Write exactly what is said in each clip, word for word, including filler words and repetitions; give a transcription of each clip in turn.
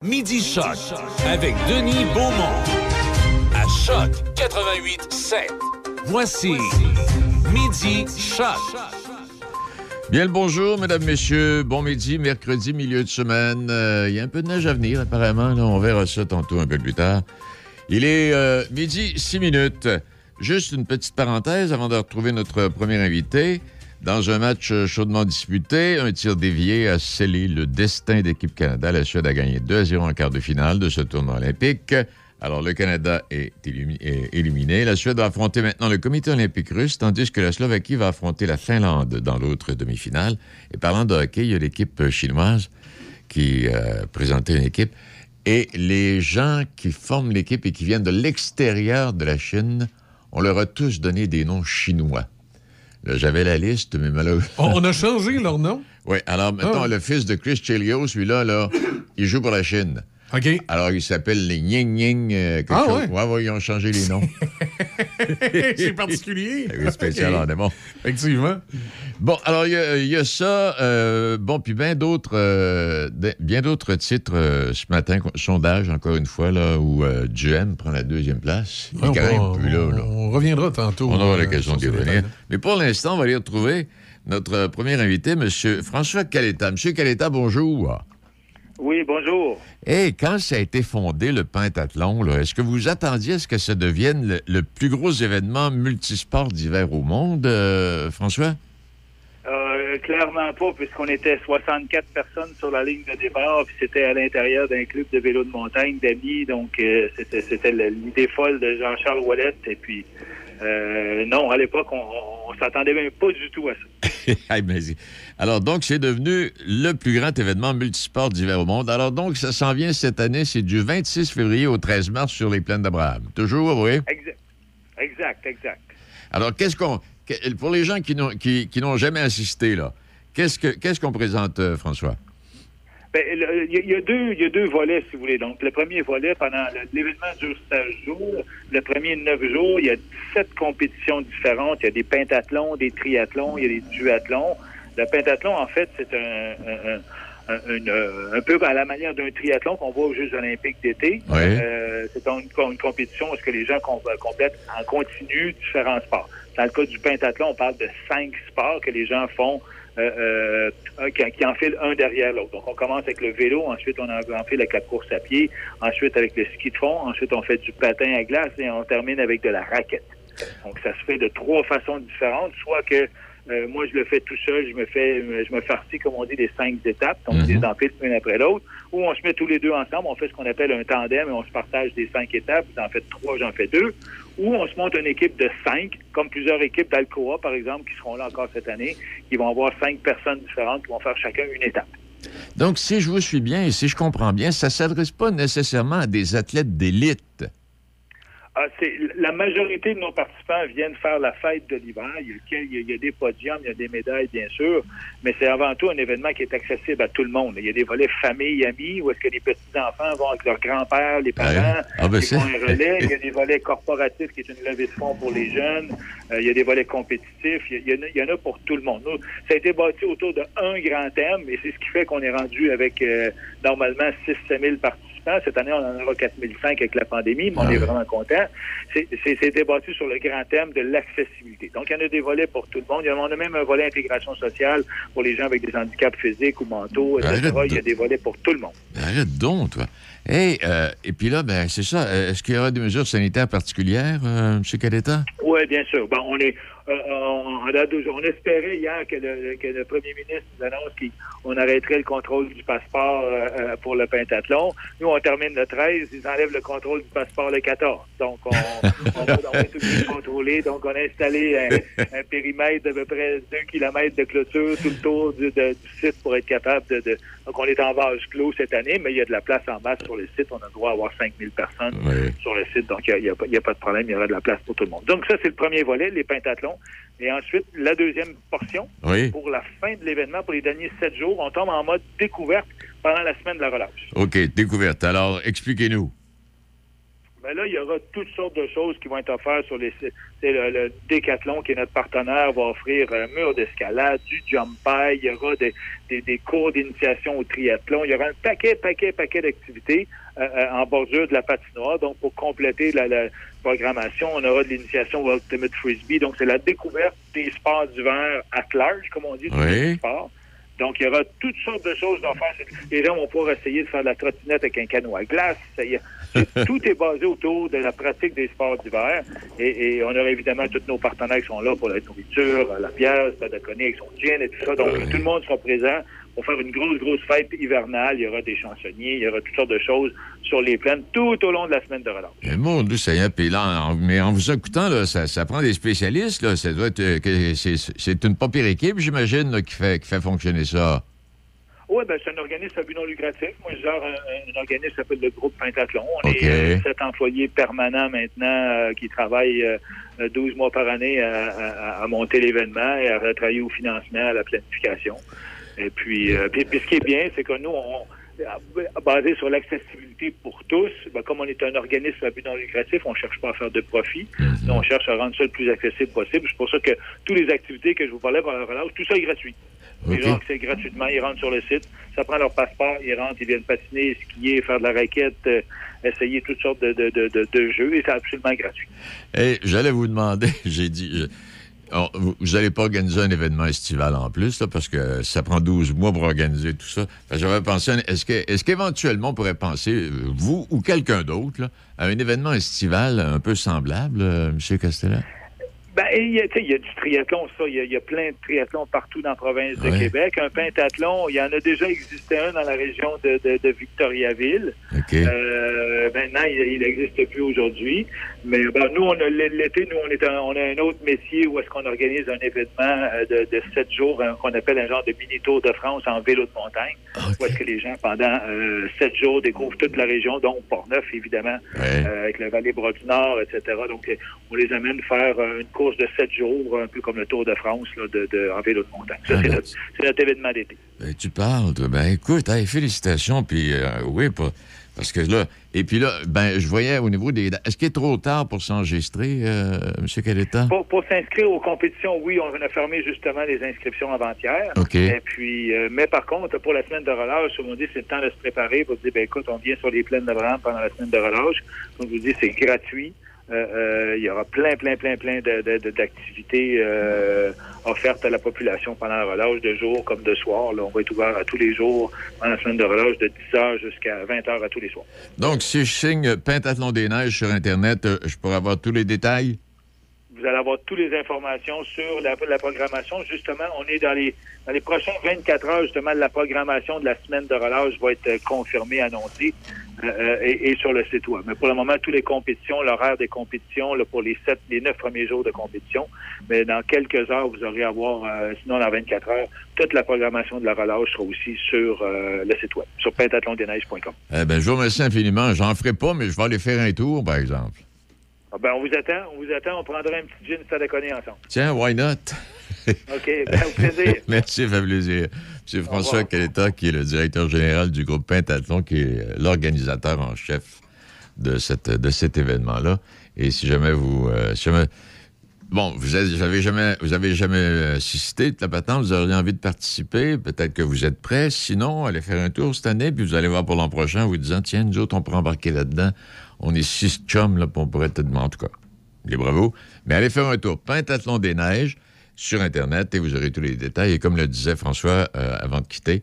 Midi Choc avec Denis Beaumont à Choc quatre-vingt-huit sept. Voici Midi Choc. Bien le bonjour, mesdames, messieurs. Bon midi, mercredi, milieu de semaine. Il euh, y a un peu de neige à venir, apparemment. Là, on verra ça tantôt un peu plus tard. Il est euh, midi, six minutes. Juste une petite parenthèse avant de retrouver notre premier invité. Dans un match chaudement disputé, un tir dévié a scellé le destin d'équipe Canada. La Suède a gagné deux à zéro en quart de finale de ce tournoi olympique. Alors, le Canada est, élimi- est éliminé. La Suède va affronter maintenant le comité olympique russe, tandis que la Slovaquie va affronter la Finlande dans l'autre demi-finale. Et parlant de hockey, il y a l'équipe chinoise qui euh, présentait une équipe. Et les gens qui forment l'équipe et qui viennent de l'extérieur de la Chine, on leur a tous donné des noms chinois. Là, j'avais la liste, mais malheureusement... On a changé leur nom? Oui, alors, mettons, ah. le fils de Chris Chelios, celui-là, là, il joue pour la Chine. OK. Alors, il s'appelle les Ying Ying. Euh, quelque ah, chose. ouais? Ouais, ouais, ils ont changé les noms. C'est particulier. Oui, spécial, okay. bon. Effectivement. Bon, alors, il y, y a ça. Euh, bon, puis bien d'autres, euh, de, bien d'autres titres euh, ce matin. Sondage, encore une fois, là, où euh, Duhem prend la deuxième place. Il ouais, grimpe, on, plus là, là. On reviendra tantôt. On aura euh, l'occasion d'y revenir. Mais pour l'instant, on va aller retrouver notre premier invité, M. François Caletta. M. Caletta, bonjour. Oui, bonjour. Et quand ça a été fondé, le pentathlon, là, est-ce que vous attendiez à ce que ça devienne le, le plus gros événement multisport d'hiver au monde, euh, François? Euh, clairement pas, puisqu'on était soixante-quatre personnes sur la ligne de départ, puis c'était à l'intérieur d'un club de vélo de montagne d'amis, donc euh, c'était, c'était l'idée folle de Jean-Charles Ouellette, et puis euh, non, à l'époque, on, on, on s'attendait même pas du tout à ça. Alors donc, c'est devenu le plus grand événement multisport d'hiver au monde. Alors donc, ça s'en vient cette année, c'est du vingt-six février au treize mars sur les plaines d'Abraham. Toujours, oui? Exact, exact, exact. Alors, qu'est-ce qu'on... Pour les gens qui n'ont, qui, qui n'ont jamais assisté, là, qu'est-ce, que, qu'est-ce qu'on présente, euh, François? Bien, il y a deux, il y a deux volets, si vous voulez. Donc, le premier volet, pendant le, l'événement dure seize jours. Le premier, neuf jours. Il y a dix-sept compétitions différentes. Il y a des pentathlons, des triathlons, il y a des duathlons. Le pentathlon, en fait, c'est un, un, un, un, un peu à la manière d'un triathlon qu'on voit aux Jeux olympiques d'été. Oui. Euh, c'est une, une compétition où ce que les gens complètent en continu différents sports. Dans le cas du pentathlon, on parle de cinq sports que les gens font Euh, euh, qui, qui enfilent un derrière l'autre. Donc, on commence avec le vélo, ensuite on enfile avec la course à pied, ensuite avec le ski de fond, ensuite on fait du patin à glace et on termine avec de la raquette. Donc, ça se fait de trois façons différentes, soit que euh, moi, je le fais tout seul, je me fais, je me farcis, comme on dit, des cinq étapes, donc mm-hmm. des empiles une après l'autre, ou on se met tous les deux ensemble, on fait ce qu'on appelle un tandem et on se partage des cinq étapes, vous en faites trois, j'en fais deux, ou on se monte une équipe de cinq, comme plusieurs équipes d'Alcoa, par exemple, qui seront là encore cette année, qui vont avoir cinq personnes différentes qui vont faire chacun une étape. Donc, si je vous suis bien et si je comprends bien, ça ne s'adresse pas nécessairement à des athlètes d'élite. Ah, c'est, la majorité de nos participants viennent faire la fête de l'hiver. Il y a, il y a, il y a des podiums, il y a des médailles, bien sûr, mais c'est avant tout un événement qui est accessible à tout le monde. Il y a des volets famille, amis, où est-ce que les petits-enfants vont avec leur grand-père, les parents, ah, ben qui font un relais. Il y a des volets corporatifs, qui est une levée de fonds pour les jeunes. Euh, il y a des volets compétitifs. Il y, a, il y en a pour tout le monde. Nous, ça a été bâti autour d'un grand thème, et c'est ce qui fait qu'on est rendu avec, euh, normalement, six à sept mille participants. Cette année, on en aura quatre mille cinq avec la pandémie, mais on ah est vraiment content. C'est, c'est, c'est débattu sur le grand thème de l'accessibilité. Donc, il y en a des volets pour tout le monde. Il y en a même un volet intégration sociale pour les gens avec des handicaps physiques ou mentaux, et cetera. Il y a des volets pour tout le monde. Arrête donc, toi. Hey, euh, et puis là, ben c'est ça. Est-ce qu'il y aura des mesures sanitaires particulières, euh, M. Caletta? Oui, bien sûr. Bon, on est... Euh, on, on espérait hier que le, que le premier ministre nous annonce qu'on arrêterait le contrôle du passeport euh, pour le pentathlon. Nous, on termine le treize, ils enlèvent le contrôle du passeport le quatorze. Donc, on, on, va, on va tout bien contrôler. Donc, on a installé un, un périmètre d'à peu près deux kilomètres de clôture tout le tour du, de, du site pour être capable de, de... Donc, on est en vase clos cette année, mais il y a de la place en masse sur le site. On a le droit d'avoir cinq mille personnes oui. sur le site. Donc, il n'y a, a, a pas de problème. Il y aura de la place pour tout le monde. Donc, ça, c'est le premier volet, les pentathlons. Et ensuite, la deuxième portion, oui. pour la fin de l'événement, pour les derniers sept jours, on tombe en mode découverte pendant la semaine de la relâche. OK, découverte. Alors, expliquez-nous. Mais là, il y aura toutes sortes de choses qui vont être offertes sur les sites. Le, le Décathlon, qui est notre partenaire, va offrir un mur d'escalade, du jump pie, il y aura des, des, des cours d'initiation au triathlon, il y aura un paquet, paquet, paquet d'activités euh, en bordure de la patinoire. Donc, pour compléter la, la programmation, on aura de l'initiation au Ultimate Frisbee. Donc, c'est la découverte des sports d'hiver at large, comme on dit, tous les sports. Donc, il y aura toutes sortes de choses à faire. Les gens vont pouvoir essayer de faire de la trottinette avec un canot à glace. C'est, tout est basé autour de la pratique des sports d'hiver. Et, et on aura évidemment tous nos partenaires qui sont là pour la nourriture, la bière, Stade de Coné avec son gin et tout ça. Donc, tout le monde sera présent pour faire une grosse, grosse fête hivernale. Il y aura des chansonniers, il y aura toutes sortes de choses sur les plaines tout au long de la semaine de relâche. Mais mon Dieu, ça y est. Puis là, en, mais en vous écoutant, là, ça, ça prend des spécialistes. Là. Ça doit être, euh, que, c'est, c'est une pas pire équipe, j'imagine, là, qui, fait, qui fait fonctionner ça. Oui, ben c'est un organisme à but non lucratif. Moi, je gère un, un organisme qui s'appelle le groupe Pentathlon. On okay. est euh, sept employés permanents maintenant euh, qui travaillent euh, douze mois par année à, à, à monter l'événement et à travailler au financement, à la planification. Et puis, euh, puis, puis ce qui est bien, c'est que nous, on, basé sur l'accessibilité pour tous, ben, comme on est un organisme à but non lucratif, on ne cherche pas à faire de profit. Mm-hmm. On cherche à rendre ça le plus accessible possible. C'est pour ça que toutes les activités que je vous parlais pendant la relâche, tout ça est gratuit. Okay. Les gens qui c'est gratuitement, ils rentrent sur le site, ça prend leur passeport, ils rentrent, ils viennent patiner, skier, faire de la raquette, euh, essayer toutes sortes de, de, de, de, de jeux, et c'est absolument gratuit. Hey, j'allais vous demander, j'ai dit... Je... Alors, vous n'allez pas organiser un événement estival en plus, là, parce que ça prend douze mois pour organiser tout ça. Enfin, j'avais pensé, est-ce, que, est-ce qu'éventuellement on pourrait penser, vous ou quelqu'un d'autre, là, à un événement estival un peu semblable, euh, M. Castella? Ben, il y, a, il y a du triathlon, ça. Il y, y a plein de triathlons partout dans la province de ouais. Québec. Un pentathlon, il y en a déjà existé un dans la région de, de, de Victoriaville. Okay. Euh, maintenant, il n'existe plus aujourd'hui. Mais ben, nous, on a l'été, nous, on, est un, on a un autre métier où est-ce qu'on organise un événement de, de sept jours, un, qu'on appelle un genre de mini-tour de France en vélo de montagne. Okay. Où est-ce que les gens, pendant euh, sept jours, découvrent toute la région, donc Port-Neuf, évidemment, ouais. euh, avec le Vallée-Bras du Nord, et cetera. Donc, on les amène faire euh, une course de sept jours, un peu comme le Tour de France là, de, de, en vélo de montagne. Ça, ah, c'est, ben, notre, c'est notre événement d'été. Ben, tu parles, toi. Ben, écoute, hey, félicitations, puis euh, oui, pas, parce que là, et puis là, ben, je voyais au niveau des... Est-ce qu'il est trop tard pour s'enregistrer, euh, M. Caletta? Pour, pour s'inscrire aux compétitions, oui, on a fermé justement les inscriptions avant-hier. OK. Et puis, euh, mais par contre, pour la semaine de relâche, on dit c'est le temps de se préparer pour dire, ben écoute, on vient sur les plaines de Brand pendant la semaine de relâche. Donc, je vous dis, c'est gratuit. Euh, euh, il y aura plein, plein, plein, plein de, de, de, d'activités euh, offertes à la population pendant la relâche de jour comme de soir. Là, on va être ouvert à tous les jours pendant la semaine de relâche de dix heures jusqu'à vingt heures à tous les soirs. Donc, si je signe Pentathlon des Neiges sur Internet, euh, je pourrais avoir tous les détails? Vous allez avoir toutes les informations sur la, la programmation. Justement, on est dans les dans les prochaines vingt-quatre heures, justement, la programmation de la semaine de relâche va être confirmée, annoncée euh, et, et sur le site web. Mais pour le moment, toutes les compétitions, l'horaire des compétitions là, pour les sept, les neuf premiers jours de compétition. Mais dans quelques heures, vous aurez à voir, euh, sinon dans vingt-quatre heures, toute la programmation de la relâche sera aussi sur euh, le site web, sur pentathlon des neiges point com. Eh bien, je vous remercie infiniment. J'en ferai pas, mais je vais aller faire un tour, par exemple. Ah ben, on vous attend, on vous attend. On prendra un petit gin Stade de Coné ensemble. Tiens, why not? OK, ben, au plaisir. Merci, ça fait plaisir. M. François Caletta, qui est le directeur général du groupe Pentathlon, qui est l'organisateur en chef de, cette, de cet événement-là. Et si jamais vous... Euh, si jamais, bon, vous avez jamais, vous avez jamais assisté de la patente, vous auriez envie de participer, peut-être que vous êtes prêts. Sinon, allez faire un tour cette année, puis vous allez voir pour l'an prochain, en vous disant, tiens, nous autres, on pourrait embarquer là-dedans. On est six chums, là, puis on pourrait te demander, en tout cas. Les bravo. Mais allez faire un tour. Pentathlon des Neiges sur Internet et vous aurez tous les détails. Et comme le disait François euh, avant de quitter,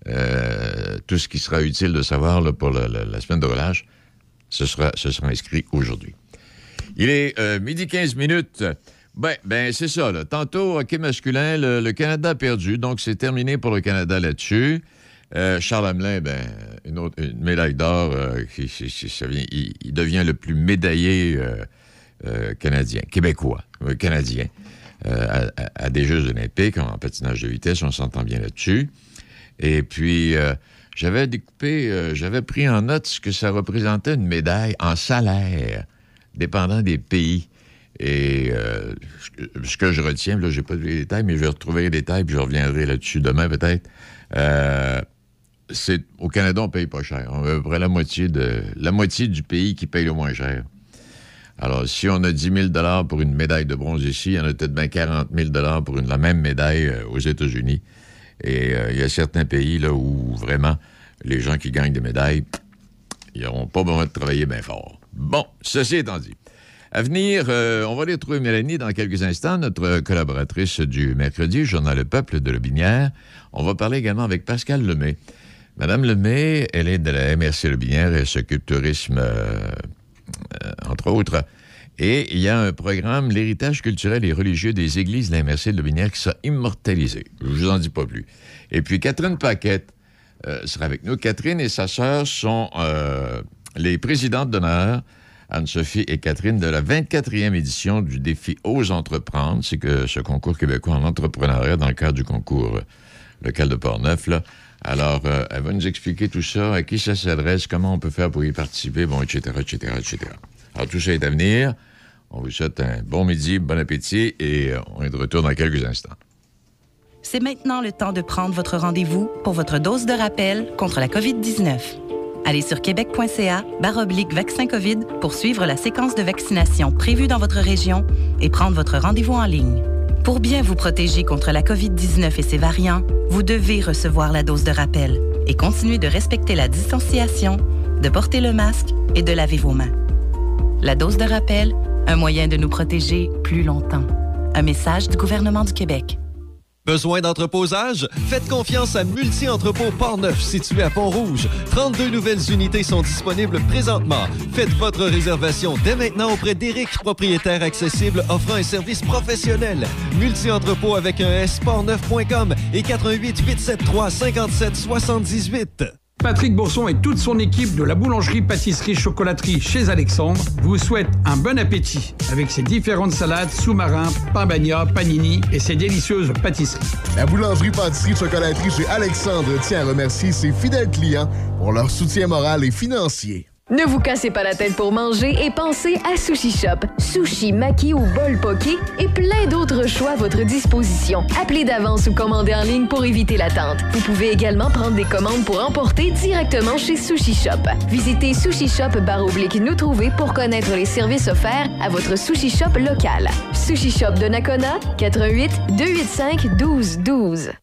euh, tout ce qui sera utile de savoir là, pour la, la, la semaine de relâche, ce sera, ce sera inscrit aujourd'hui. Il est euh, midi quinze minutes. Ben, ben c'est ça. Là. Tantôt, hockey masculin, le, le Canada a perdu. Donc, c'est terminé pour le Canada là-dessus. Euh, Charles Hamelin, ben, une, autre, une médaille d'or, euh, qui, qui, qui, ça vient, il, il devient le plus médaillé euh, euh, canadien, québécois, euh, canadien, euh, à, à des Jeux olympiques en patinage de vitesse, on s'entend bien là-dessus. Et puis, euh, j'avais découpé, euh, j'avais pris en note ce que ça représentait une médaille en salaire, dépendant des pays. Et euh, ce que je retiens, là, j'ai pas vu les détails, mais je vais retrouver les détails, puis je reviendrai là-dessus demain peut-être. Euh, c'est, au Canada, on paye pas cher. On a à peu près la moitié, de, la moitié du pays qui paye le moins cher. Alors, si on a dix mille dollars pour une médaille de bronze ici, il y en a peut-être bien quarante mille dollars pour une, la même médaille euh, aux États-Unis. Et euh, il y a certains pays là où vraiment les gens qui gagnent des médailles, ils n'auront pas besoin de travailler bien fort. Bon, ceci étant dit. À venir, euh, on va aller retrouver Mélanie dans quelques instants, notre collaboratrice du mercredi, Journal Le Peuple de Lobinière. On va parler également avec Pascal Lemay. Madame Lemay, elle est de la M R C Lobinière, elle s'occupe du tourisme, euh, euh, entre autres. Et il y a un programme, l'héritage culturel et religieux des églises de la M R C de Lobinière, qui sera immortalisé. Je vous en dis pas plus. Et puis Catherine Paquette euh, sera avec nous. Catherine et sa sœur sont euh, les présidentes d'honneur, Anne-Sophie et Catherine, de la vingt-quatrième édition du défi Ose entreprendre. C'est que ce concours québécois en entrepreneuriat dans le cadre du concours local de Portneuf, là. Alors, euh, elle va nous expliquer tout ça, à qui ça s'adresse, comment on peut faire pour y participer, bon, et cetera, et cetera, et cetera. Alors, tout ça est à venir. On vous souhaite un bon midi, bon appétit, et euh, on est de retour dans quelques instants. C'est maintenant le temps de prendre votre rendez-vous pour votre dose de rappel contre la covid dix-neuf. Allez sur québec.ca barre oblique vaccin COVID pour suivre la séquence de vaccination prévue dans votre région et prendre votre rendez-vous en ligne. Pour bien vous protéger contre la covid dix-neuf et ses variants, vous devez recevoir la dose de rappel et continuer de respecter la distanciation, de porter le masque et de laver vos mains. La dose de rappel, un moyen de nous protéger plus longtemps. Un message du gouvernement du Québec. Besoin d'entreposage? Faites confiance à Multi-Entrepôt Portneuf, situé à Pont-Rouge. trente-deux nouvelles unités sont disponibles présentement. Faites votre réservation dès maintenant auprès d'Éric, propriétaire accessible offrant un service professionnel. Multi-Entrepôt avec un S, portneuf point com et quatre un huit, huit sept trois, cinq sept sept huit. Patrick Bourson et toute son équipe de la boulangerie-pâtisserie-chocolaterie chez Alexandre vous souhaitent un bon appétit avec ses différentes salades, sous-marins, pain bagna, panini et ses délicieuses pâtisseries. La boulangerie-pâtisserie-chocolaterie chez Alexandre tient à remercier ses fidèles clients pour leur soutien moral et financier. Ne vous cassez pas la tête pour manger et pensez à Sushi Shop. Sushi, maki ou bol poké et plein d'autres choix à votre disposition. Appelez d'avance ou commandez en ligne pour éviter l'attente. Vous pouvez également prendre des commandes pour emporter directement chez Sushi Shop. Visitez Sushi Shop barre oblique nous trouver pour connaître les services offerts à votre Sushi Shop local. Sushi Shop de Nakona, quatre un huit, deux huit cinq, un deux un deux.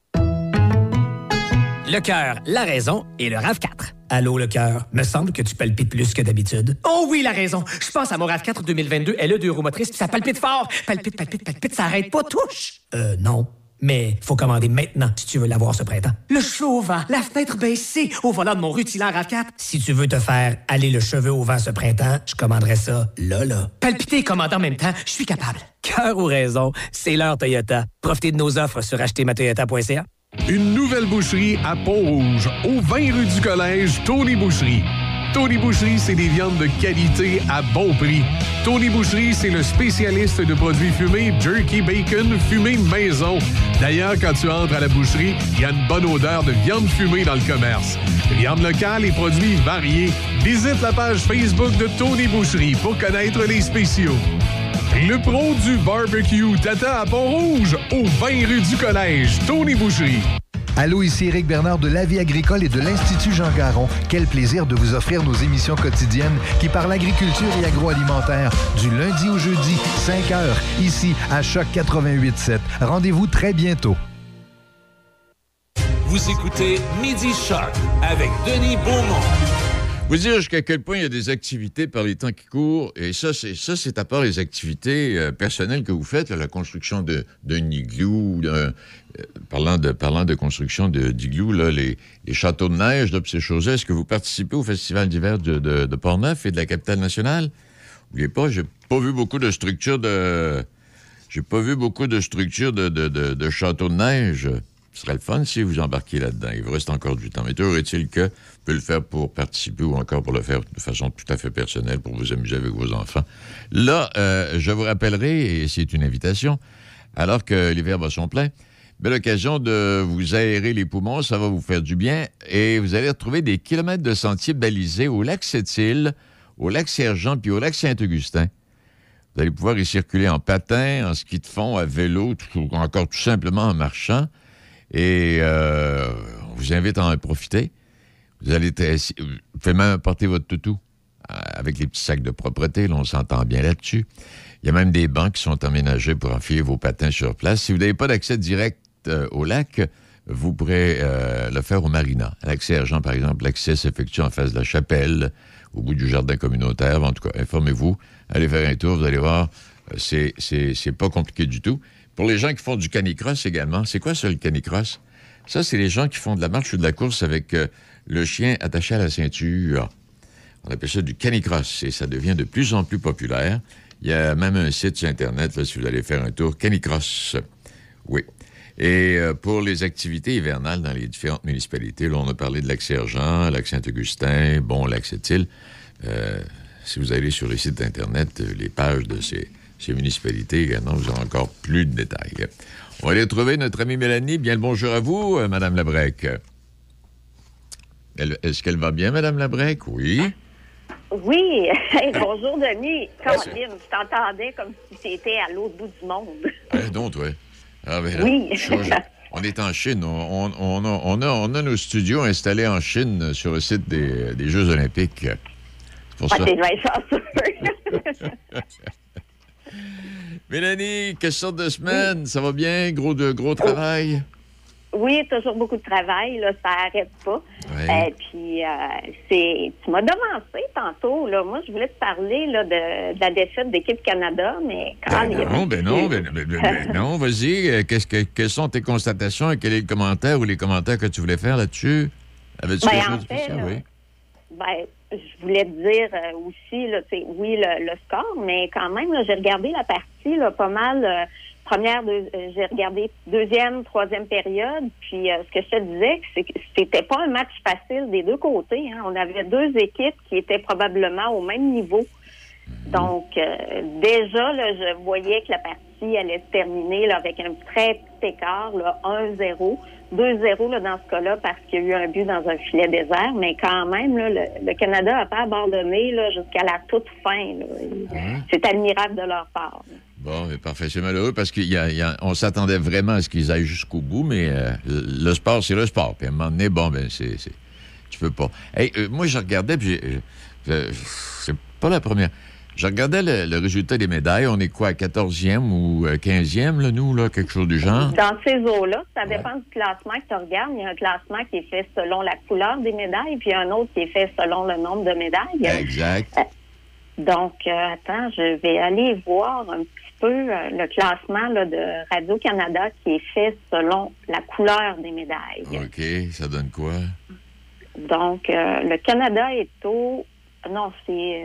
Le cœur, la raison et le RAV quatre. Allô, le cœur. Me semble que tu palpites plus que d'habitude. Oh oui, la raison. Je pense à mon RAV quatre deux mille vingt-deux L E deux roues motrices, puis ça palpite fort. Palpite, palpite, palpite, ça arrête pas, touche. Euh, non. Mais faut commander maintenant si tu veux l'avoir ce printemps. Le cheveu au vent, la fenêtre baissée, au volant de mon rutilant RAV quatre. Si tu veux te faire aller le cheveu au vent ce printemps, je commanderais ça là, là. Palpiter et commander en même temps, je suis capable. Cœur ou raison, c'est l'heure Toyota. Profitez de nos offres sur acheter ma toyota point c a. Une nouvelle boucherie à Pont-Rouge, au vingt rue du Collège, Tony Boucherie. Tony Boucherie, c'est des viandes de qualité à bon prix. Tony Boucherie, c'est le spécialiste de produits fumés, jerky, bacon, fumé maison. D'ailleurs, quand tu entres à la boucherie, il y a une bonne odeur de viande fumée dans le commerce. Viande locale et produits variés. Visite la page Facebook de Tony Boucherie pour connaître les spéciaux. Le pro du barbecue t'attend à Pont-Rouge, au vingt rue du Collège, Tony Boucherie. Allô, ici Éric Bernard de La Vie agricole et de l'Institut Jean Garon. Quel plaisir de vous offrir nos émissions quotidiennes qui parlent agriculture et agroalimentaire. Du lundi au jeudi, cinq heures, ici à Choc quatre-vingt-huit sept. Rendez-vous très bientôt. Vous écoutez Midi Choc avec Denis Beaumont. Vous dire jusqu'à quel point il y a des activités par les temps qui courent, et ça, c'est, ça, c'est à part les activités euh, personnelles que vous faites, là, la construction de, d'un igloo, d'un, euh, parlant, de, parlant de construction de, d'igloo, là, les, les châteaux de neige, là, ces choses-là. Est-ce que vous participez au Festival d'hiver de, de, de Portneuf et de la Capitale-Nationale? N'oubliez pas, j'ai pas vu beaucoup de structures de... J'ai pas vu beaucoup de structures de, de, de, de châteaux de neige. Ce serait le fun si vous embarquiez là-dedans. Il vous reste encore du temps. Mais toujours est-il que vous pouvez le faire pour participer ou encore pour le faire de façon tout à fait personnelle, pour vous amuser avec vos enfants. Là, euh, je vous rappellerai, et c'est une invitation, alors que l'hiver va son plein, belle occasion de vous aérer les poumons, ça va vous faire du bien, et vous allez retrouver des kilomètres de sentiers balisés au lac Sept-Îles, au lac Sergent, puis au lac Saint-Augustin. Vous allez pouvoir y circuler en patin, en ski de fond, à vélo, ou encore tout simplement en marchant. Et euh, on vous invite à en profiter. Vous allez t- vous pouvez même apporter votre toutou. avec les petits sacs de propreté, là, on s'entend bien là-dessus. Il y a même des bancs qui sont aménagés pour enfiler vos patins sur place. Si vous n'avez pas d'accès direct euh, au lac, vous pourrez euh, le faire au marina. À l'accès Argent, par exemple, l'accès s'effectue en face de la chapelle, au bout du jardin communautaire. En tout cas, informez-vous, allez faire un tour, vous allez voir, euh, c'est, c'est, c'est pas compliqué du tout. Pour les gens qui font du canicross également, c'est quoi ça, le canicross? Ça, c'est les gens qui font de la marche ou de la course avec euh, le chien attaché à la ceinture. On appelle ça du canicross et ça devient de plus en plus populaire. Il y a même un site sur Internet, là, si vous allez faire un tour, Canicross. Oui. Et euh, pour les activités hivernales dans les différentes municipalités, là, on a parlé de Lac-Sergent, Lac-Saint-Augustin, bon, Lac-Sept-Îles. Euh, si vous allez sur les sites Internet, euh, les pages de ces, ces municipalités, également, vous aurez encore plus de détails. On va aller retrouver notre amie Mélanie. Bien le bonjour à vous, euh, Mme Labrec. Elle, est-ce qu'elle va bien, Mme Labrec? Oui. Oui. Hey, bonjour, Denis. Caroline, je t'entendais comme si tu étais à l'autre bout du monde. Eh donc, oui. Ah, ben, oui. Là, on est en Chine. On, on, a, on, a, on a nos studios installés en Chine sur le site des, des Jeux olympiques. C'est pour ah, ça. T'es bien chanceux. Mélanie, quelle sorte de semaine? Oui. Ça va bien? Gros, de, gros travail? Oui, toujours beaucoup de travail, là, ça n'arrête pas. Oui. Euh, puis, euh, c'est, tu m'as devancé tantôt, là. Moi, je voulais te parler là, de, de la défaite de l'équipe Canada, mais quand ben non, ben non, ben, ben, ben, ben non, vas-y. Qu'est-ce que, quelles sont tes constatations et quel est le commentaire ou les commentaires que tu voulais faire là-dessus? Avais-tu ben, quelque en chose de fait, spécial? là, Oui. Ben, je voulais te dire euh, aussi, là, oui, le, le score, mais quand même, là, j'ai regardé la partie là, pas mal. Euh, Première, deux, euh, j'ai regardé deuxième, troisième période, puis euh, ce que je te disais, c'est que c'était pas un match facile des deux côtés. Hein. On avait deux équipes qui étaient probablement au même niveau. Donc, euh, déjà, là, je voyais que la partie allait se terminer là, avec un très petit écart, là, un zéro. deux zéro là, dans ce cas-là parce qu'il y a eu un but dans un filet désert, mais quand même, là, le, le Canada n'a pas abandonné là, jusqu'à la toute fin. Là. Mmh. C'est admirable de leur part. Là. Bon, mais parfait. C'est malheureux parce qu'on s'attendait vraiment à ce qu'ils aillent jusqu'au bout, mais euh, le, le sport, c'est le sport. Puis à un moment donné, bon, ben, c'est... c'est tu peux pas. Hey, euh, moi, je regardais, puis j'ai, euh, c'est pas la première... Je regardais le, le résultat des médailles. On est quoi, quatorzième ou quinzième, là, nous, là, quelque chose du genre? Dans ces eaux-là, ça dépend ouais. du classement que tu regardes. Il y a un classement qui est fait selon la couleur des médailles, puis un autre qui est fait selon le nombre de médailles. Exact. Euh, donc, euh, attends, je vais aller voir un petit peu euh, le classement là, de Radio-Canada qui est fait selon la couleur des médailles. OK. Ça donne quoi? Donc, euh, le Canada est au... Non, c'est... Euh,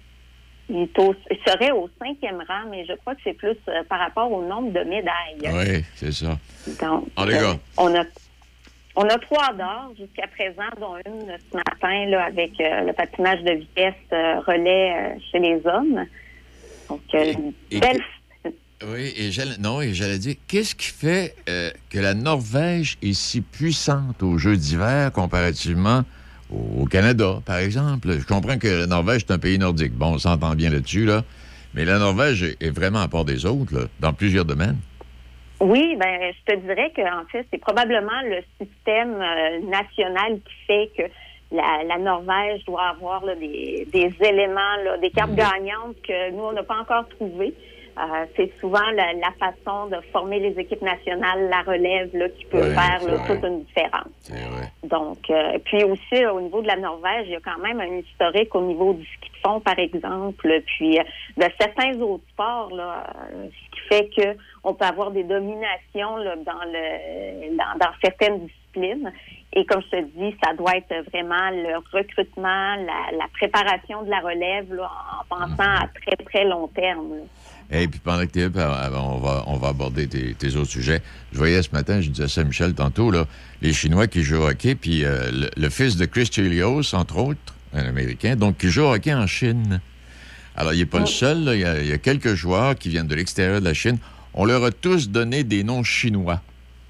Il, est au, il serait au cinquième rang, mais je crois que c'est plus euh, par rapport au nombre de médailles. Oui, c'est ça. Donc, oh, les gars. Euh, on a on a trois d'or jusqu'à présent, dont une ce matin là, avec euh, le patinage de vitesse euh, relais euh, chez les hommes. Donc, euh, et, et, belle... Oui, et j'allais, non, et j'allais dire, qu'est-ce qui fait euh, que la Norvège est si puissante aux Jeux d'hiver comparativement au Canada, par exemple? Je comprends que la Norvège, c'est un pays nordique. Bon, on s'entend bien là-dessus, là. Mais la Norvège est vraiment à part des autres, là, dans plusieurs domaines. Oui, ben je te dirais qu'en fait, c'est probablement le système euh, national qui fait que la, la Norvège doit avoir là, des, des éléments, là, des cartes mmh. gagnantes que nous, on n'a pas encore trouvées. Euh, c'est souvent la, la façon de former les équipes nationales, la relève, là, qui peut ouais, faire là, toute une différence. C'est vrai. Donc, euh, puis aussi, là, au niveau de la Norvège, il y a quand même un historique au niveau du ski de fond, par exemple, puis euh, de certains autres sports, là, euh, ce qui fait que on peut avoir des dominations là, dans le dans, dans certaines disciplines. Et comme je te dis, ça doit être vraiment le recrutement, la, la préparation de la relève là, en pensant mm-hmm. à très, très long terme. Là. Et puis pendant que tu es là, on va, on va aborder tes, tes autres sujets. Je voyais ce matin, je disais ça à Michel tantôt, là, les Chinois qui jouent au hockey, puis euh, le, le fils de Chris Chelios, entre autres, un Américain, donc qui joue au hockey en Chine. Alors, il n'est pas oh. le seul, là, il, y a, il y a quelques joueurs qui viennent de l'extérieur de la Chine. On leur a tous donné des noms chinois.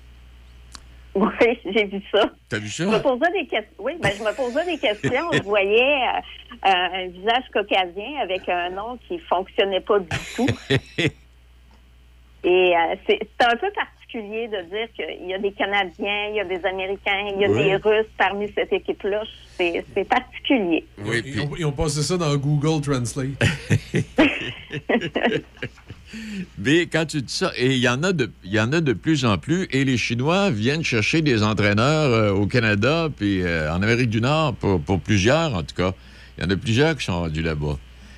Oui, j'ai vu ça. T'as vu ça? Je me posais des questions. Oui, ben, je me posais des questions. Je voyais euh, un visage caucasien avec un nom qui fonctionnait pas du tout. Et euh, c'est, c'est un peu particulier. particulier de dire qu'il y a des Canadiens, il y a des Américains, il y a oui. des Russes parmi cette équipe-là. C'est, c'est particulier. Oui, ils, ont, ils ont passé ça dans Google Translate. Mais quand tu dis ça, et il y en a de, il y en a de plus en plus, et les Chinois viennent chercher des entraîneurs euh, au Canada puis euh, en Amérique du Nord, pour, pour plusieurs en tout cas. Il y en a plusieurs qui sont rendus là-bas.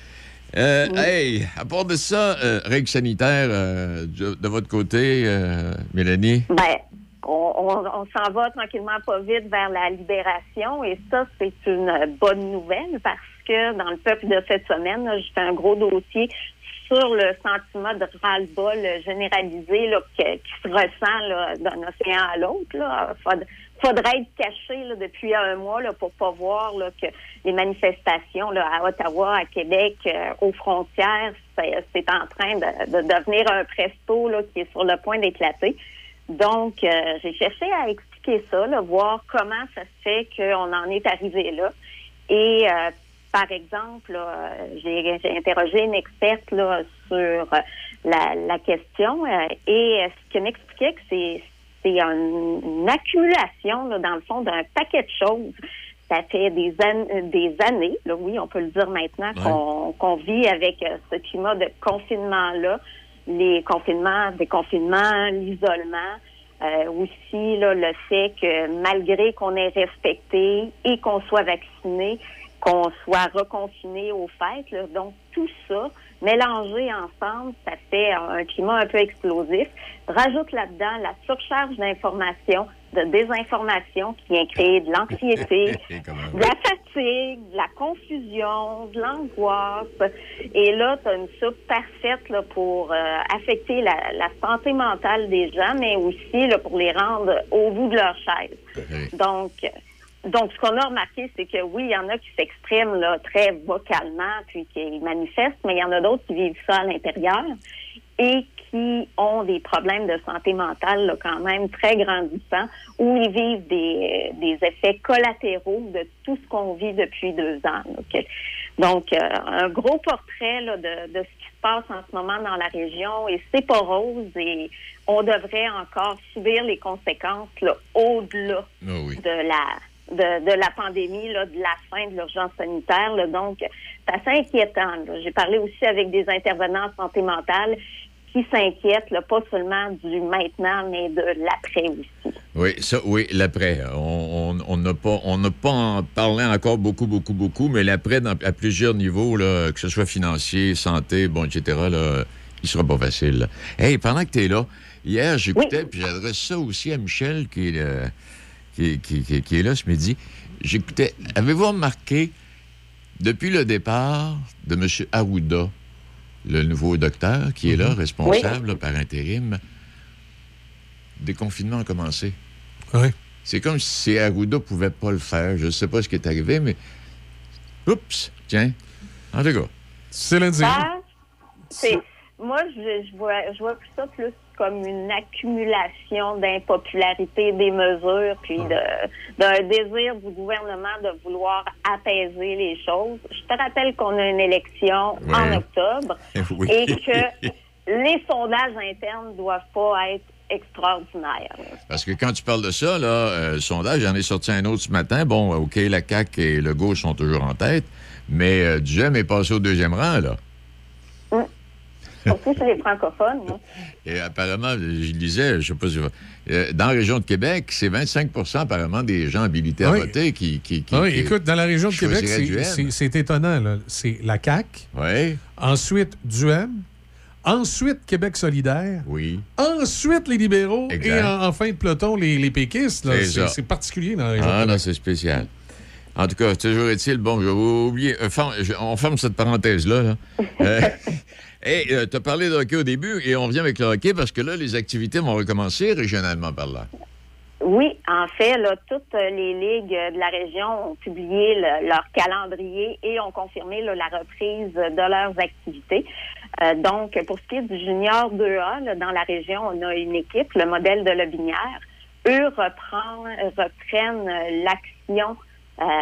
Euh, oui. Hey, à part de ça, euh, règles sanitaires euh, de, de votre côté, euh, Mélanie? Ben, on, on, on s'en va tranquillement pas vite vers la libération, et ça, c'est une bonne nouvelle parce que dans le peuple de cette semaine, là, j'ai fait un gros dossier sur le sentiment de ras-le-bol généralisé là, qui, qui se ressent là, d'un océan à l'autre. Là. Faudrait, faudrait être caché là, depuis un mois là, pour pas voir là, que les manifestations là, à Ottawa, à Québec, euh, aux frontières, c'est, c'est en train de, de devenir un presto là, qui est sur le point d'éclater. Donc, euh, j'ai cherché à expliquer ça, là, voir comment ça se fait qu'on en est arrivé là. Et euh, par exemple, là, j'ai, j'ai interrogé une experte là, sur la, la question euh, et ce qu'elle m'expliquait, que c'est, c'est une, une accumulation, là, dans le fond, d'un paquet de choses. Ça fait des, an- des années, là, oui, on peut le dire maintenant, ouais. qu'on, qu'on vit avec euh, ce climat de confinement-là, les confinements, déconfinements, l'isolement. Euh, aussi, là, le fait que malgré qu'on ait respecté et qu'on soit vacciné, qu'on soit reconfiné aux fêtes, là. Donc, tout ça, mélangé ensemble, ça fait un climat un peu explosif. Rajoute là-dedans la surcharge d'informations, de désinformation qui vient créer de l'anxiété, de la fatigue, de la confusion, de l'angoisse. Et là, tu as une soupe parfaite là, pour euh, affecter la, la santé mentale des gens, mais aussi là, pour les rendre au bout de leur chaise. Okay. Donc, Donc, ce qu'on a remarqué, c'est que oui, il y en a qui s'expriment là très vocalement, puis qui manifestent, mais il y en a d'autres qui vivent ça à l'intérieur et qui ont des problèmes de santé mentale là, quand même très grandissants, où ils vivent des, des effets collatéraux de tout ce qu'on vit depuis deux ans. Okay? Donc, euh, un gros portrait là, de, de ce qui se passe en ce moment dans la région, et c'est pas rose, et on devrait encore subir les conséquences là, au-delà oh oui. de la... De, de la pandémie, là, de la fin de l'urgence sanitaire. Là. Donc, c'est assez inquiétant. Là. J'ai parlé aussi avec des intervenants en santé mentale qui s'inquiètent, là, pas seulement du maintenant, mais de l'après aussi. Oui, ça, oui, l'après. On n'a pas, on n'a pas en parlé encore beaucoup, beaucoup, beaucoup, mais l'après, dans, à plusieurs niveaux, là, que ce soit financier, santé, bon, et cetera, là, il sera pas facile. Là. Hey, pendant que tu es là, hier, j'écoutais, oui. puis j'adresse ça aussi à Michel, qui est le... Qui, qui, qui, qui est là ce midi. J'écoutais. Avez-vous remarqué, depuis le départ de M. Arruda, le nouveau docteur qui est là, responsable oui. là, par intérim, le déconfinement a commencé. Oui. C'est comme si Arruda ne pouvait pas le faire. Je ne sais pas ce qui est arrivé, mais. Oups! Tiens. En tout cas. C'est lundi. Ah, c'est... Moi, je, je, vois, je vois plus ça plus comme une accumulation d'impopularité des mesures, puis de, d'un désir du gouvernement de vouloir apaiser les choses. Je te rappelle qu'on a une élection ouais. en octobre oui. et que les sondages internes doivent pas être extraordinaires. Parce que quand tu parles de ça, là, euh, le sondage, j'en ai sorti un autre ce matin. Bon, OK, la C A Q et le Gauche sont toujours en tête, mais euh, Duhem est passé au deuxième rang, là. Mm. Surtout chez les francophones. Hein. Et apparemment, je disais, je sais pas si... Euh, dans la région de Québec, c'est vingt-cinq pour cent apparemment des gens habilités à oui. voter qui... qui, qui oui, qui, écoute, dans la région de Québec, c'est, c'est, c'est étonnant. Là. C'est la C A Q, oui. ensuite Duhem, ensuite Québec solidaire, oui. ensuite les libéraux, exact. Et en, en fin de peloton, les, les péquistes. Là. C'est, c'est, c'est particulier dans la région ah, de Québec. Ah non, c'est spécial. En tout cas, toujours est-il... Bon, j'ai oublié... Euh, on ferme cette parenthèse-là. Là. euh, Hey, euh, tu as parlé de hockey au début et on revient avec le hockey parce que là, les activités vont recommencer régionalement par là. Oui, en fait, là, toutes les ligues de la région ont publié le, leur calendrier et ont confirmé là, la reprise de leurs activités. Euh, donc, pour ce qui est du junior deux A, là, dans la région, on a une équipe, le modèle de Lobinière. Eux reprend, reprennent l'action euh,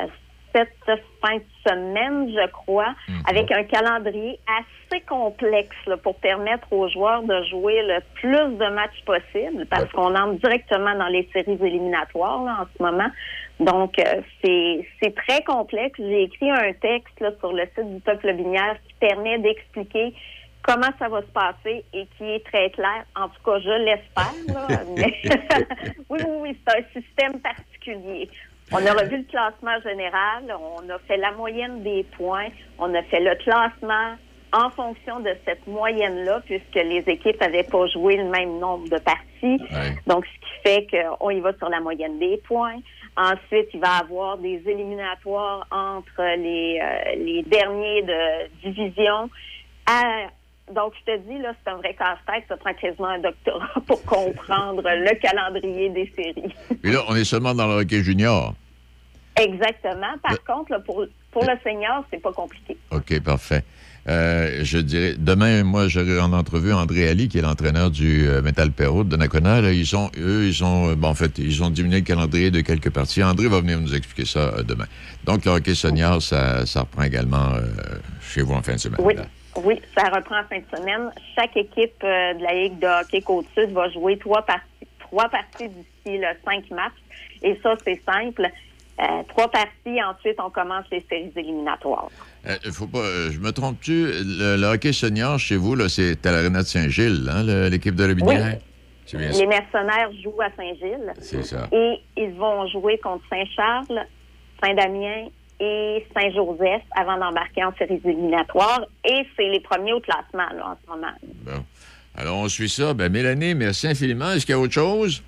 cette fin de semaine, je crois, mmh. avec un calendrier assez complexe là, pour permettre aux joueurs de jouer le plus de matchs possible, parce ouais. qu'on entre directement dans les séries éliminatoires là, en ce moment. Donc, euh, c'est c'est très complexe. J'ai écrit un texte là, sur le site du Top Lobinière qui permet d'expliquer comment ça va se passer et qui est très clair. En tout cas, je l'espère. Là, mais oui, oui, oui, c'est un système particulier. On a revu le classement général, on a fait la moyenne des points, on a fait le classement en fonction de cette moyenne-là, puisque les équipes n'avaient pas joué le même nombre de parties. Ouais. Donc, ce qui fait qu'on y va sur la moyenne des points. Ensuite, il va y avoir des éliminatoires entre les, euh, les derniers de division. À, donc, je te dis, là, c'est un vrai casse-tête. Ça prend quasiment un doctorat pour comprendre le calendrier des séries. Et là, on est seulement dans le hockey junior. Exactement. Par le... contre, là, pour, pour le senior, c'est pas compliqué. OK, parfait. Euh, je dirais, demain, moi, j'aurai en entrevue André Ali, qui est l'entraîneur du euh, Metal Perrault de Donnacona. Là, ils sont, eux, ils sont, euh, bon, en fait, ils ont diminué le calendrier de quelques parties. André va venir nous expliquer ça euh, demain. Donc, le hockey senior, ça, ça reprend également euh, chez vous en fin de semaine. Oui. Là. Oui, ça reprend en fin de semaine. Chaque équipe euh, de la Ligue de hockey Côte-Sud va jouer trois parties, trois parties d'ici le cinq mars. Et ça, c'est simple. Euh, trois parties, ensuite, on commence les séries éliminatoires. Euh, faut pas, euh, je me trompe-tu? Le, le hockey senior, chez vous, là, c'est à l'Aréna de Saint-Gilles, hein, le, l'équipe de Lobinière? Oui. C'est bien les ça. mercenaires jouent à Saint-Gilles. C'est ça. Et ils vont jouer contre Saint-Charles, Saint-Damien et Saint-Joseph avant d'embarquer en séries éliminatoires. Et c'est les premiers au classement, là, en ce moment. Bon. Alors, on suit ça. Ben, Mélanie, merci infiniment. Est-ce qu'il y a autre chose?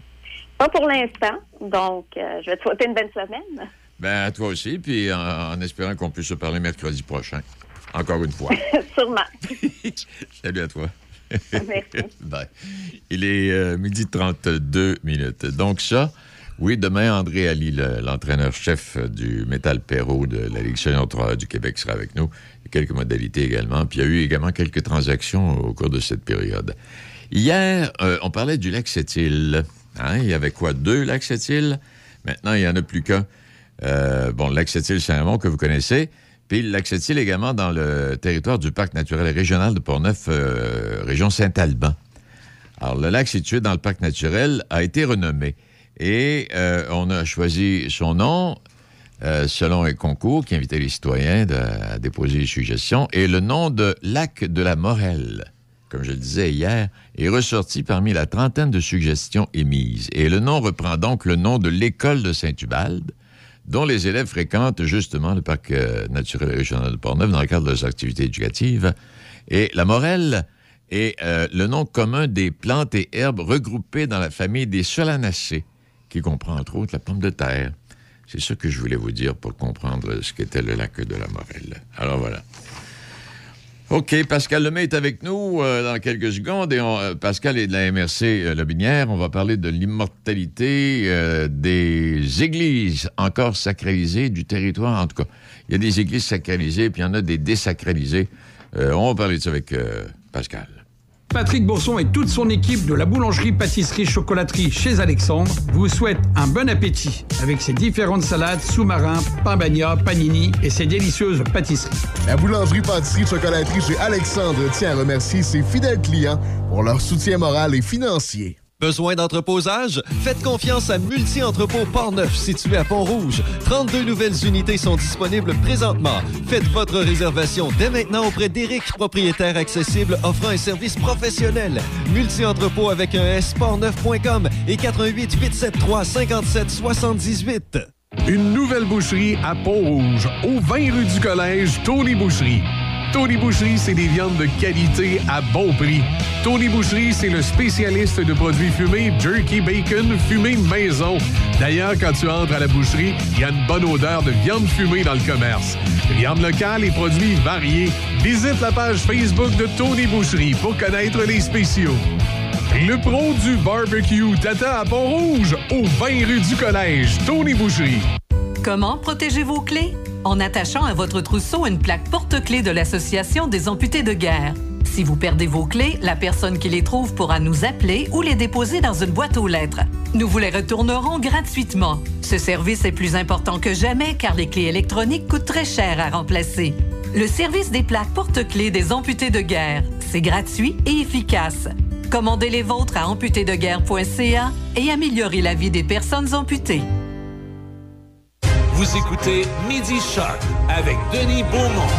Pas pour l'instant. Donc, euh, je vais te souhaiter une bonne semaine. Ben, à toi aussi. Puis, en, en espérant qu'on puisse se parler mercredi prochain. Encore une fois. Sûrement. Salut à toi. Merci. Bye. Il est euh, midi trente-deux minutes. Donc, ça... Oui, demain, André Ali, le, l'entraîneur-chef du Metal Perrault de la Ligue senior trois A du Québec, sera avec nous. Il y a quelques modalités également. Puis il y a eu également quelques transactions au cours de cette période. Hier, euh, on parlait du lac Sept-Îles. Hein? Il y avait quoi? Deux lacs Sept-Îles? Maintenant, il n'y en a plus qu'un. Euh, bon, le lac Sept-Îles, c'est un mont que vous connaissez. Puis le lac Sept-Îles également dans le territoire du Parc naturel régional de Portneuf, euh, région Saint-Alban. Alors, le lac situé dans le Parc naturel a été renommé. Et euh, on a choisi son nom euh, selon un concours qui invitait les citoyens de, à déposer des suggestions. Et le nom de Lac de la Morelle, comme je le disais hier, est ressorti parmi la trentaine de suggestions émises. Et le nom reprend donc le nom de l'école de Saint-Ubalde, dont les élèves fréquentent justement le Parc euh, naturel régional de Portneuf dans le cadre de leurs activités éducatives. Et la Morelle est euh, le nom commun des plantes et herbes regroupées dans la famille des solanacées, qui comprend entre autres la pomme de terre. C'est ça que je voulais vous dire pour comprendre ce qu'était le lac de la Morelle. Alors voilà. OK, Pascal Lemay est avec nous euh, dans quelques secondes. Et on, euh, Pascal est de la M R C euh, Lobinière. On va parler de l'immortalité euh, des églises encore sacralisées du territoire. En tout cas, il y a des églises sacralisées, puis il y en a des désacralisées. Euh, on va parler de ça avec euh, Pascal. Patrick Bourson et toute son équipe de la boulangerie-pâtisserie-chocolaterie chez Alexandre vous souhaitent un bon appétit avec ses différentes salades, sous-marins, pain bagna, panini et ses délicieuses pâtisseries. La boulangerie-pâtisserie-chocolaterie chez Alexandre tient à remercier ses fidèles clients pour leur soutien moral et financier. Besoin d'entreposage? Faites confiance à Multi-Entrepôt Portneuf, situé à Pont-Rouge. trente-deux nouvelles unités sont disponibles présentement. Faites votre réservation dès maintenant auprès d'Éric, propriétaire accessible offrant un service professionnel. Multi-Entrepôt avec un S, portneuf point com et quatre un huit, huit sept trois, cinq sept sept huit. Une nouvelle boucherie à Pont-Rouge, au vingt rue du Collège, Tony Boucherie. Tony Boucherie, c'est des viandes de qualité à bon prix. Tony Boucherie, c'est le spécialiste de produits fumés, jerky, bacon, fumé maison. D'ailleurs, quand tu entres à la boucherie, il y a une bonne odeur de viande fumée dans le commerce. Viande locale et produits variés. Visite la page Facebook de Tony Boucherie pour connaître les spéciaux. Le pro du barbecue t'attend à Pont-Rouge, au vingt rue du Collège, Tony Boucherie. Comment protéger vos clés? En attachant à votre trousseau une plaque porte-clés de l'Association des amputés de guerre. Si vous perdez vos clés, la personne qui les trouve pourra nous appeler ou les déposer dans une boîte aux lettres. Nous vous les retournerons gratuitement. Ce service est plus important que jamais car les clés électroniques coûtent très cher à remplacer. Le service des plaques porte-clés des amputés de guerre. C'est gratuit et efficace. Commandez les vôtres à amputés de guerre point c a et améliorez la vie des personnes amputées. Vous écoutez Midi Shark avec Denis Beaumont.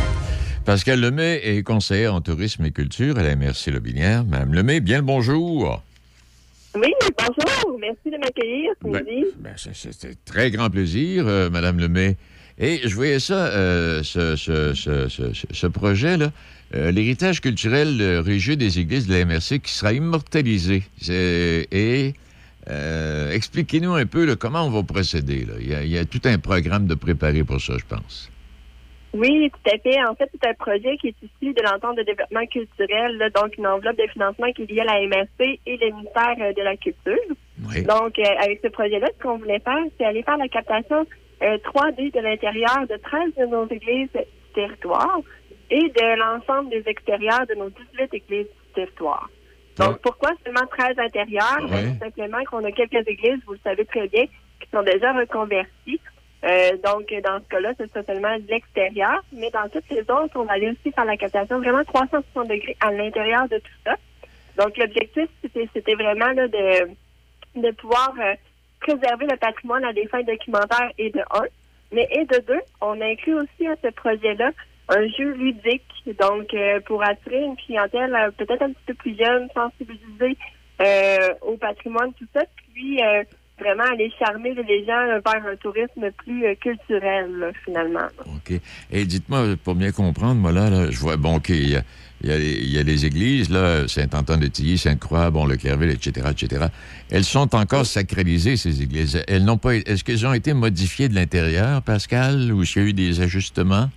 Pascal Lemay est conseillère en tourisme et culture à la M R C Lobinière. Madame Lemay, bien le bonjour. Oui, bonjour. Merci de m'accueillir. Ben, ben, c'est un très grand plaisir, euh, Madame Lemay. Et je voyais ça, euh, ce, ce, ce, ce, ce projet-là, euh, l'héritage culturel religieux des églises de la M R C qui sera immortalisé. C'est, et euh, expliquez-nous un peu là, comment on va procéder. Là. Il y a, il y a tout un programme de préparer pour ça, je pense. Oui, tout à fait. En fait, c'est un projet qui est issu de l'entente de développement culturel, là, donc une enveloppe de financement qui est liée à la M R C et le ministère euh, de la Culture. Oui. Donc, euh, avec ce projet-là, ce qu'on voulait faire, c'est aller faire la captation euh, trois D de l'intérieur de treize de nos églises du territoire et de l'ensemble des extérieurs de nos dix-huit églises du territoire. Donc, ah. pourquoi seulement treize intérieurs? Oui. Ben, tout simplement qu'on a quelques églises, vous le savez très bien, qui sont déjà reconverties. Euh, donc, dans ce cas-là, c'est seulement de l'extérieur, mais dans toutes les autres, on va aller aussi faire la captation vraiment trois cent soixante degrés à l'intérieur de tout ça. Donc, l'objectif, c'était, c'était vraiment là, de, de pouvoir euh, préserver le patrimoine à des fins documentaires et de un, mais et de deux, on a inclus aussi à ce projet-là un jeu ludique, donc euh, pour attirer une clientèle euh, peut-être un petit peu plus jeune, sensibiliser euh, au patrimoine, tout ça, puis euh, vraiment aller charmer les gens vers un tourisme plus euh, culturel, là, finalement. OK. Et dites-moi, pour bien comprendre, moi, là, là je vois, bon, OK, il y a, il y a, il y a les églises, là, Saint-Antoine-de-Tilly, Sainte-Croix, bon, le Clairville, et cetera, et cetera. Elles sont encore sacralisées, ces églises. Elles n'ont pas... Est-ce qu'elles ont été modifiées de l'intérieur, Pascal, ou s'il y a eu des ajustements?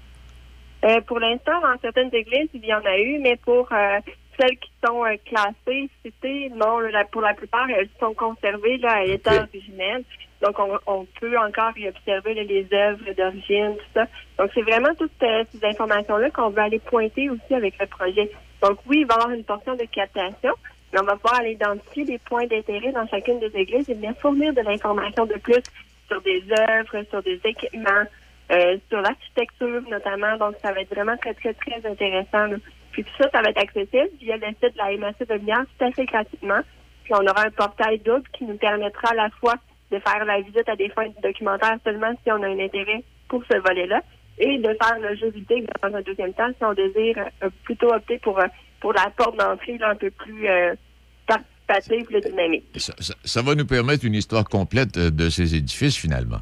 Euh, pour l'instant, dans certaines églises, il y en a eu, mais pour... Euh, celles qui sont euh, classées, citées, non, la, pour la plupart, elles sont conservées là, à l'état originel. Donc, on, on peut encore y observer là, les œuvres d'origine, tout ça. Donc, c'est vraiment toutes euh, ces informations-là qu'on veut aller pointer aussi avec le projet. Donc, oui, il va y avoir une portion de captation, mais on va pouvoir aller identifier des points d'intérêt dans chacune des églises et bien fournir de l'information de plus sur des œuvres, sur des équipements, euh, sur l'architecture notamment. Donc, ça va être vraiment très, très, très intéressant, là. Puis tout ça, ça va être accessible via le site de la M R C de Lobinière tout à fait gratuitement. Puis on aura un portail double qui nous permettra à la fois de faire la visite à des fins documentaires seulement si on a un intérêt pour ce volet-là et de faire le jeu vidéo dans un deuxième temps si on désire euh, plutôt opter pour, euh, pour la porte d'entrée là, un peu plus euh, participative, plus dynamique. Ça, ça, ça va nous permettre une histoire complète de ces édifices finalement.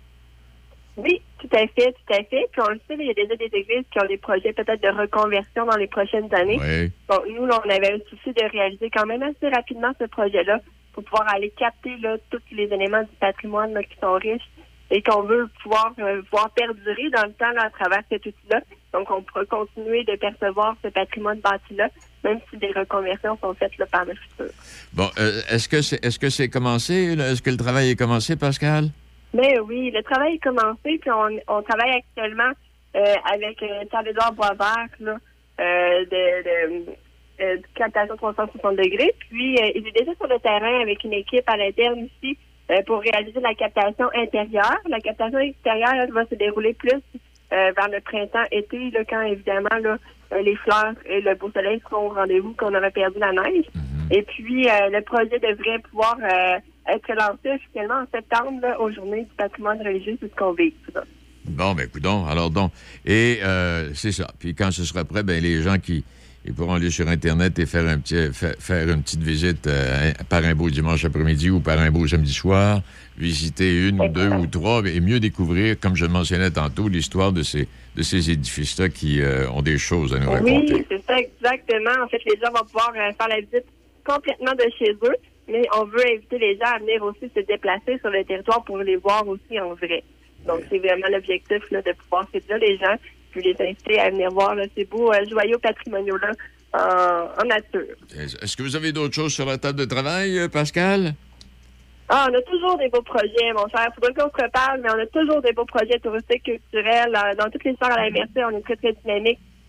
Oui, tout à fait, tout à fait. Puis on le sait, il y a déjà des églises qui ont des projets peut-être de reconversion dans les prochaines années. Oui. Donc nous, là, on avait le souci de réaliser quand même assez rapidement ce projet-là pour pouvoir aller capter là, tous les éléments du patrimoine là, qui sont riches et qu'on veut pouvoir euh, voir perdurer dans le temps là, à travers cet outil-là. Donc on pourra continuer de percevoir ce patrimoine bâti-là, même si des reconversions sont faites là, par le futur. Bon, euh, est-ce que c'est est-ce que c'est commencé? Là? Est-ce que le travail est commencé, Pascal? Mais oui, le travail est commencé, puis on, on travaille actuellement euh, avec euh, Charles-Édouard Boisvert, là, euh, de, de, euh, de captation trois cent soixante degrés. Puis, euh, il est déjà sur le terrain avec une équipe à l'interne ici euh, pour réaliser la captation intérieure. La captation extérieure là, va se dérouler plus euh, vers le printemps-été, là, quand évidemment là, euh, les fleurs et le beau soleil seront au rendez-vous, qu'on aurait perdu la neige. Et puis, euh, le projet devrait pouvoir euh, être lancé officiellement en septembre, là, aux Journées du patrimoine religieux, c'est ce qu'on vit. Bon, ben, coudonc, alors donc. Et euh, c'est ça. Puis quand ce sera prêt, ben les gens qui ils pourront aller sur Internet et faire un petit fa- faire une petite visite euh, par un beau dimanche après-midi ou par un beau samedi soir, visiter une ou deux ou trois, et mieux découvrir, comme je le mentionnais tantôt, l'histoire de ces de ces édifices-là qui euh, ont des choses à nous raconter. Oui, c'est ça, exactement. En fait, les gens vont pouvoir euh, faire la visite complètement de chez eux, mais on veut inviter les gens à venir aussi se déplacer sur le territoire pour les voir aussi en vrai. Donc, c'est vraiment l'objectif là, de pouvoir séduire les gens, puis les inviter à venir voir là, ces beaux euh, joyaux patrimoniaux-là en, en nature. Est-ce que vous avez d'autres choses sur la table de travail, Pascal? Ah, on a toujours des beaux projets, mon cher. Il faudrait qu'on se reparle, mais on a toujours des beaux projets touristiques, culturels. Dans toutes les sphères à la M R C, on est très, très dynamique.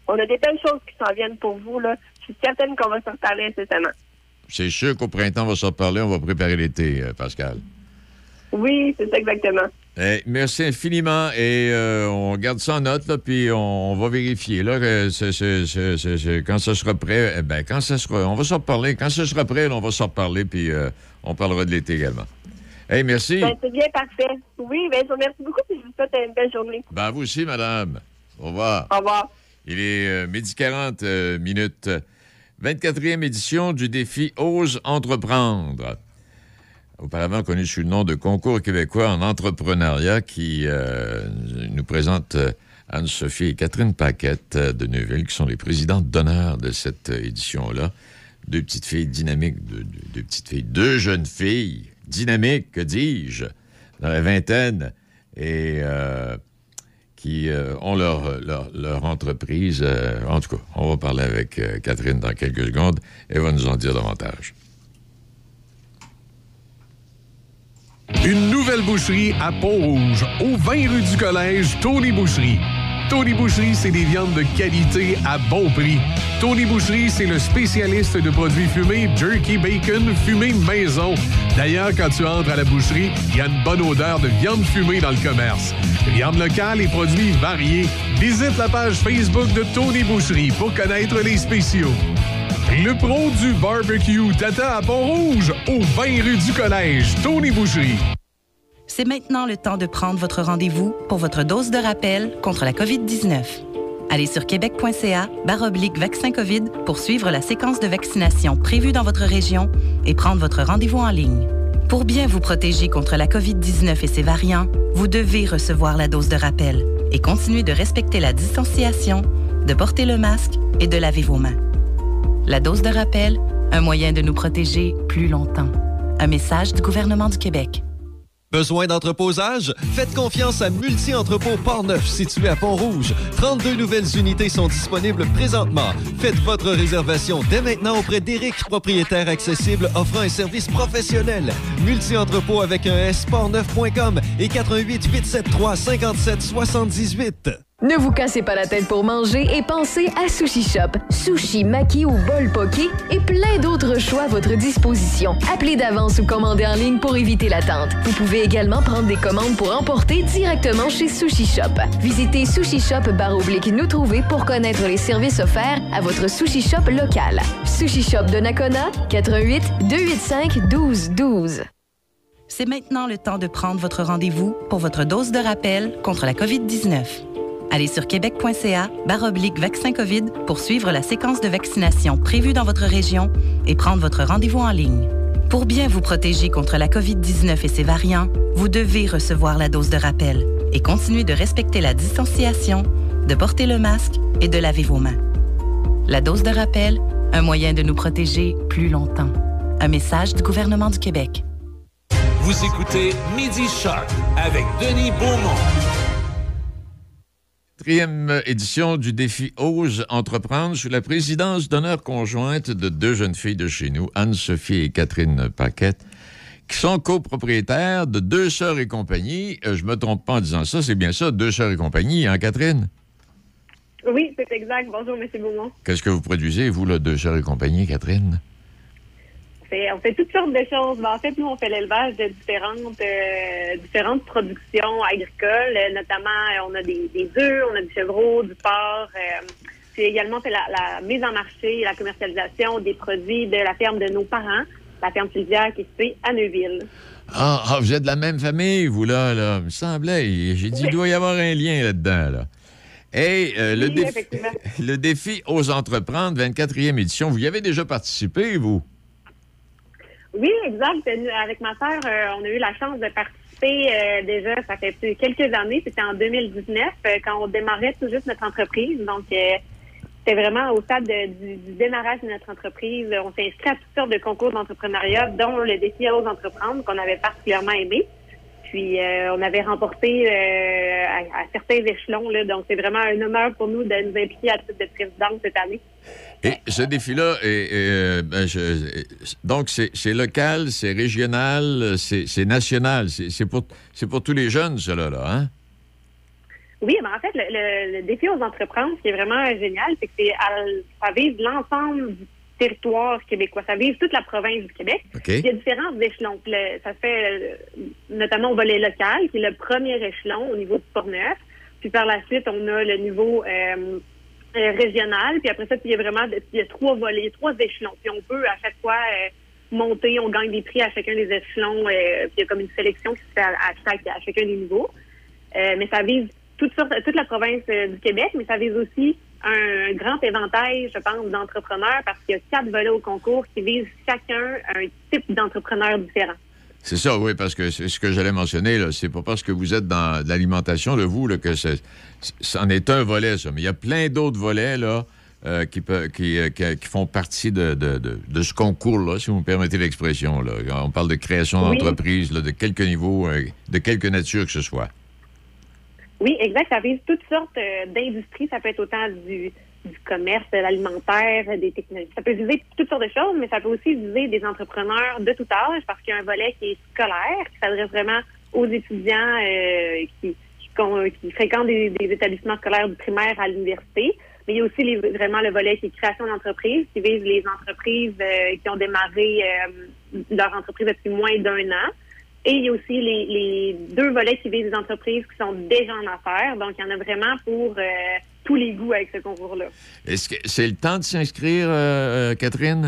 on a des belles choses qui s'en viennent pour vous. Là. Je suis certaine qu'on va se reparler incessamment. C'est sûr qu'au printemps, on va se reparler. On va préparer l'été, euh, Pascal. Oui, c'est ça exactement. Eh, merci infiniment et euh, on garde ça en note, là, puis on, on va vérifier. Là, que c'est, c'est, c'est, c'est, c'est, quand ça sera prêt, eh ben, quand ça sera, on va s'en reparler. Quand ça sera prêt, là, on va s'en reparler, puis euh, on parlera de l'été également. Hey, merci. Ben, c'est bien parfait. Oui, ben, je vous remercie beaucoup et je vous souhaite une belle journée. Ben, vous aussi, madame. Au revoir. Au revoir. Il est euh, midi quarante euh, minutes. vingt-quatrième édition du défi Ose entreprendre. Auparavant connu sous le nom de Concours québécois en entrepreneuriat qui euh, nous présente euh, Anne-Sophie et Catherine Paquette euh, de Neuville, qui sont les présidentes d'honneur de cette euh, édition-là. Deux petites filles dynamiques, deux, deux, deux petites filles, deux jeunes filles dynamiques, que dis-je, dans la vingtaine, et euh, qui euh, ont leur, leur, leur entreprise. Euh, en tout cas, on va parler avec euh, Catherine dans quelques secondes. Elle va nous en dire davantage. Une nouvelle boucherie à Pont-Rouge, au vingt rue du Collège, Tony Boucherie. Tony Boucherie, c'est des viandes de qualité à bon prix. Tony Boucherie, c'est le spécialiste de produits fumés, jerky, bacon, fumé maison. D'ailleurs, quand tu entres à la boucherie, il y a une bonne odeur de viande fumée dans le commerce. Viande locale et produits variés. Visite la page Facebook de Tony Boucherie pour connaître les spéciaux. Le pro du barbecue Tata à Pont-Rouge, au vingt rue du Collège, Tony Boucherie. C'est maintenant le temps de prendre votre rendez-vous pour votre dose de rappel contre la covid dix-neuf. Allez sur québec.ca barre oblique vaccin COVID pour suivre la séquence de vaccination prévue dans votre région et prendre votre rendez-vous en ligne. Pour bien vous protéger contre la covid dix-neuf et ses variants, vous devez recevoir la dose de rappel et continuer de respecter la distanciation, de porter le masque et de laver vos mains. La dose de rappel, un moyen de nous protéger plus longtemps. Un message du gouvernement du Québec. Besoin d'entreposage? Faites confiance à Multi-Entrepôt Portneuf, situé à Pont-Rouge. trente-deux nouvelles unités sont disponibles présentement. Faites votre réservation dès maintenant auprès d'Éric, propriétaire accessible offrant un service professionnel. Multi-Entrepôt avec un S, portneuf point com et quatre un huit, huit sept trois, cinq sept sept huit. Ne vous cassez pas la tête pour manger et pensez à Sushi Shop. Sushi, maki ou bol poké et plein d'autres choix à votre disposition. Appelez d'avance ou commandez en ligne pour éviter l'attente. Vous pouvez également prendre des commandes pour emporter directement chez Sushi Shop. Visitez Sushi Shop barre oblique nous trouver pour connaître les services offerts à votre Sushi Shop local. Sushi Shop de Nakona, quatre un huit, deux huit cinq, un deux un deux. C'est maintenant le temps de prendre votre rendez-vous pour votre dose de rappel contre la covid dix-neuf. Allez sur québec.ca barre oblique vaccin COVID pour suivre la séquence de vaccination prévue dans votre région et prendre votre rendez-vous en ligne. Pour bien vous protéger contre la covid dix-neuf et ses variants, vous devez recevoir la dose de rappel et continuer de respecter la distanciation, de porter le masque et de laver vos mains. La dose de rappel, un moyen de nous protéger plus longtemps. Un message du gouvernement du Québec. Vous écoutez Midi Shark avec Denis Beaumont. Quatrième édition du défi Ose entreprendre sous la présidence d'honneur conjointe de deux jeunes filles de chez nous, Anne-Sophie et Catherine Paquette, qui sont copropriétaires de Deux Sœurs et compagnie. Euh, je me trompe pas en disant ça, c'est bien ça, Deux Sœurs et compagnie, hein, Catherine? Oui, c'est exact. Bonjour, M. Beaumont. Qu'est-ce que vous produisez, vous, là, Deux Sœurs et compagnie, Catherine? On fait, on fait toutes sortes de choses. Ben, en fait, nous, on fait l'élevage de différentes euh, différentes productions agricoles. Euh, notamment, euh, on a des, des œufs, on a du chevreau, du porc. Euh, puis également, on fait la, la mise en marché et la commercialisation des produits de la ferme de nos parents, la ferme Sylvia, qui est située à Neuville. Ah, ah, vous êtes de la même famille, vous, là, là. Il me semblait. J'ai dit, il doit y avoir un lien là-dedans, là. Hey, euh, le, oui, défi, le défi Ose entreprendre, vingt-quatrième édition, vous y avez déjà participé, vous? Oui, exact. Avec ma sœur, euh, on a eu la chance de participer euh, déjà, ça fait quelques années, c'était en deux mille dix-neuf, euh, quand on démarrait tout juste notre entreprise. Donc, euh, c'était vraiment au stade de, du, du démarrage de notre entreprise. On s'est inscrit à toutes sortes de concours d'entrepreneuriat, dont le défi Ose entreprendre, qu'on avait particulièrement aimé. Puis, euh, on avait remporté euh, à, à certains échelons. Là, donc, c'est vraiment un honneur pour nous de nous impliquer à titre de présidente cette année. Et ce défi-là, est, est, ben je, donc, c'est, c'est local, c'est régional, c'est, c'est national. C'est, c'est, pour, c'est pour tous les jeunes, cela, là, hein? Oui, mais en fait, le, le, le défi aux entreprises, ce qui est vraiment génial, c'est que c'est à, ça vise l'ensemble du territoire québécois. Ça vise toute la province du Québec. Okay. Il y a différents échelons. Le, ça se fait notamment au volet local, qui est le premier échelon au niveau du Portneuf. Puis par la suite, on a le niveau euh, euh, régional. Puis après ça, il y a vraiment il y a trois volets, trois échelons. Puis on peut à chaque fois euh, monter, on gagne des prix à chacun des échelons. Euh, puis il y a comme une sélection qui se fait à, à, chaque, à chacun des niveaux. Euh, mais ça vise toute, sorte, toute la province euh, du Québec, mais ça vise aussi un grand éventail, je pense, d'entrepreneurs parce qu'il y a quatre volets au concours qui visent chacun un type d'entrepreneur différent. C'est ça, oui, parce que c'est ce que j'allais mentionner, là. C'est pas parce que vous êtes dans l'alimentation, là, vous, là, que c'est, c'en est un volet, ça. Mais il y a plein d'autres volets, là, euh, qui, peut, qui, euh, qui, qui font partie de, de, de, de ce concours-là, si vous me permettez l'expression, là. On parle de création Oui. d'entreprise, là, de quelque niveau, euh, de quelque nature que ce soit. Oui, exact. Ça vise toutes sortes euh, d'industries. Ça peut être autant du, du commerce, de l'alimentaire, des technologies. Ça peut viser toutes sortes de choses, mais ça peut aussi viser des entrepreneurs de tout âge parce qu'il y a un volet qui est scolaire, qui s'adresse vraiment aux étudiants euh, qui, qui, qui fréquentent des, des établissements scolaires du primaire à l'université. Mais il y a aussi les, vraiment le volet qui est création d'entreprise, qui vise les entreprises euh, qui ont démarré euh, leur entreprise depuis moins d'un an. Et il y a aussi les, les deux volets qui visent les entreprises qui sont déjà en affaires. Donc, il y en a vraiment pour euh, tous les goûts avec ce concours-là. Est-ce que c'est le temps de s'inscrire, euh, Catherine?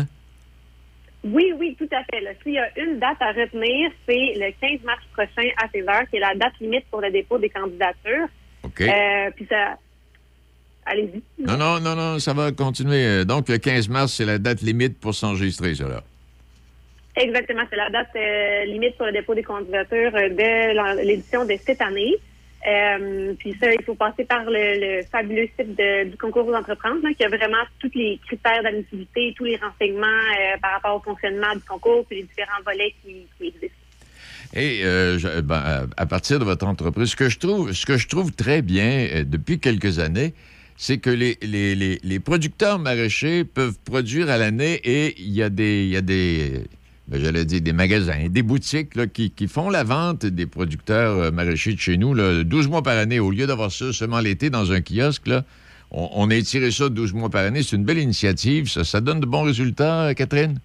Oui, oui, tout à fait. Là. S'il y a une date à retenir, c'est le quinze mars prochain à seize heures, qui est la date limite pour le dépôt des candidatures. OK. Euh, puis ça... Allez-y. Non, non, non, non, ça va continuer. Donc, le quinze mars, c'est la date limite pour s'enregistrer, ça, là. Exactement, c'est la date euh, limite pour le dépôt des candidatures euh, de l'édition de cette année. Euh, puis ça, il faut passer par le, le fabuleux site de, du concours aux entreprises, là, qui a vraiment tous les critères d'admissibilité, tous les renseignements euh, par rapport au fonctionnement du concours, puis les différents volets qui, qui existent. Et euh, je, ben, à partir de votre entreprise, ce que je trouve, ce que je trouve très bien euh, depuis quelques années, c'est que les, les, les, les producteurs maraîchers peuvent produire à l'année et il y a des... Il y a des Ben, j'allais dire des magasins, des boutiques là, qui, qui font la vente des producteurs euh, maraîchers de chez nous là, douze mois par année. Au lieu d'avoir ça seulement l'été dans un kiosque, là, on, on a étiré ça douze mois par année. C'est une belle initiative. Ça, ça donne de bons résultats, Catherine?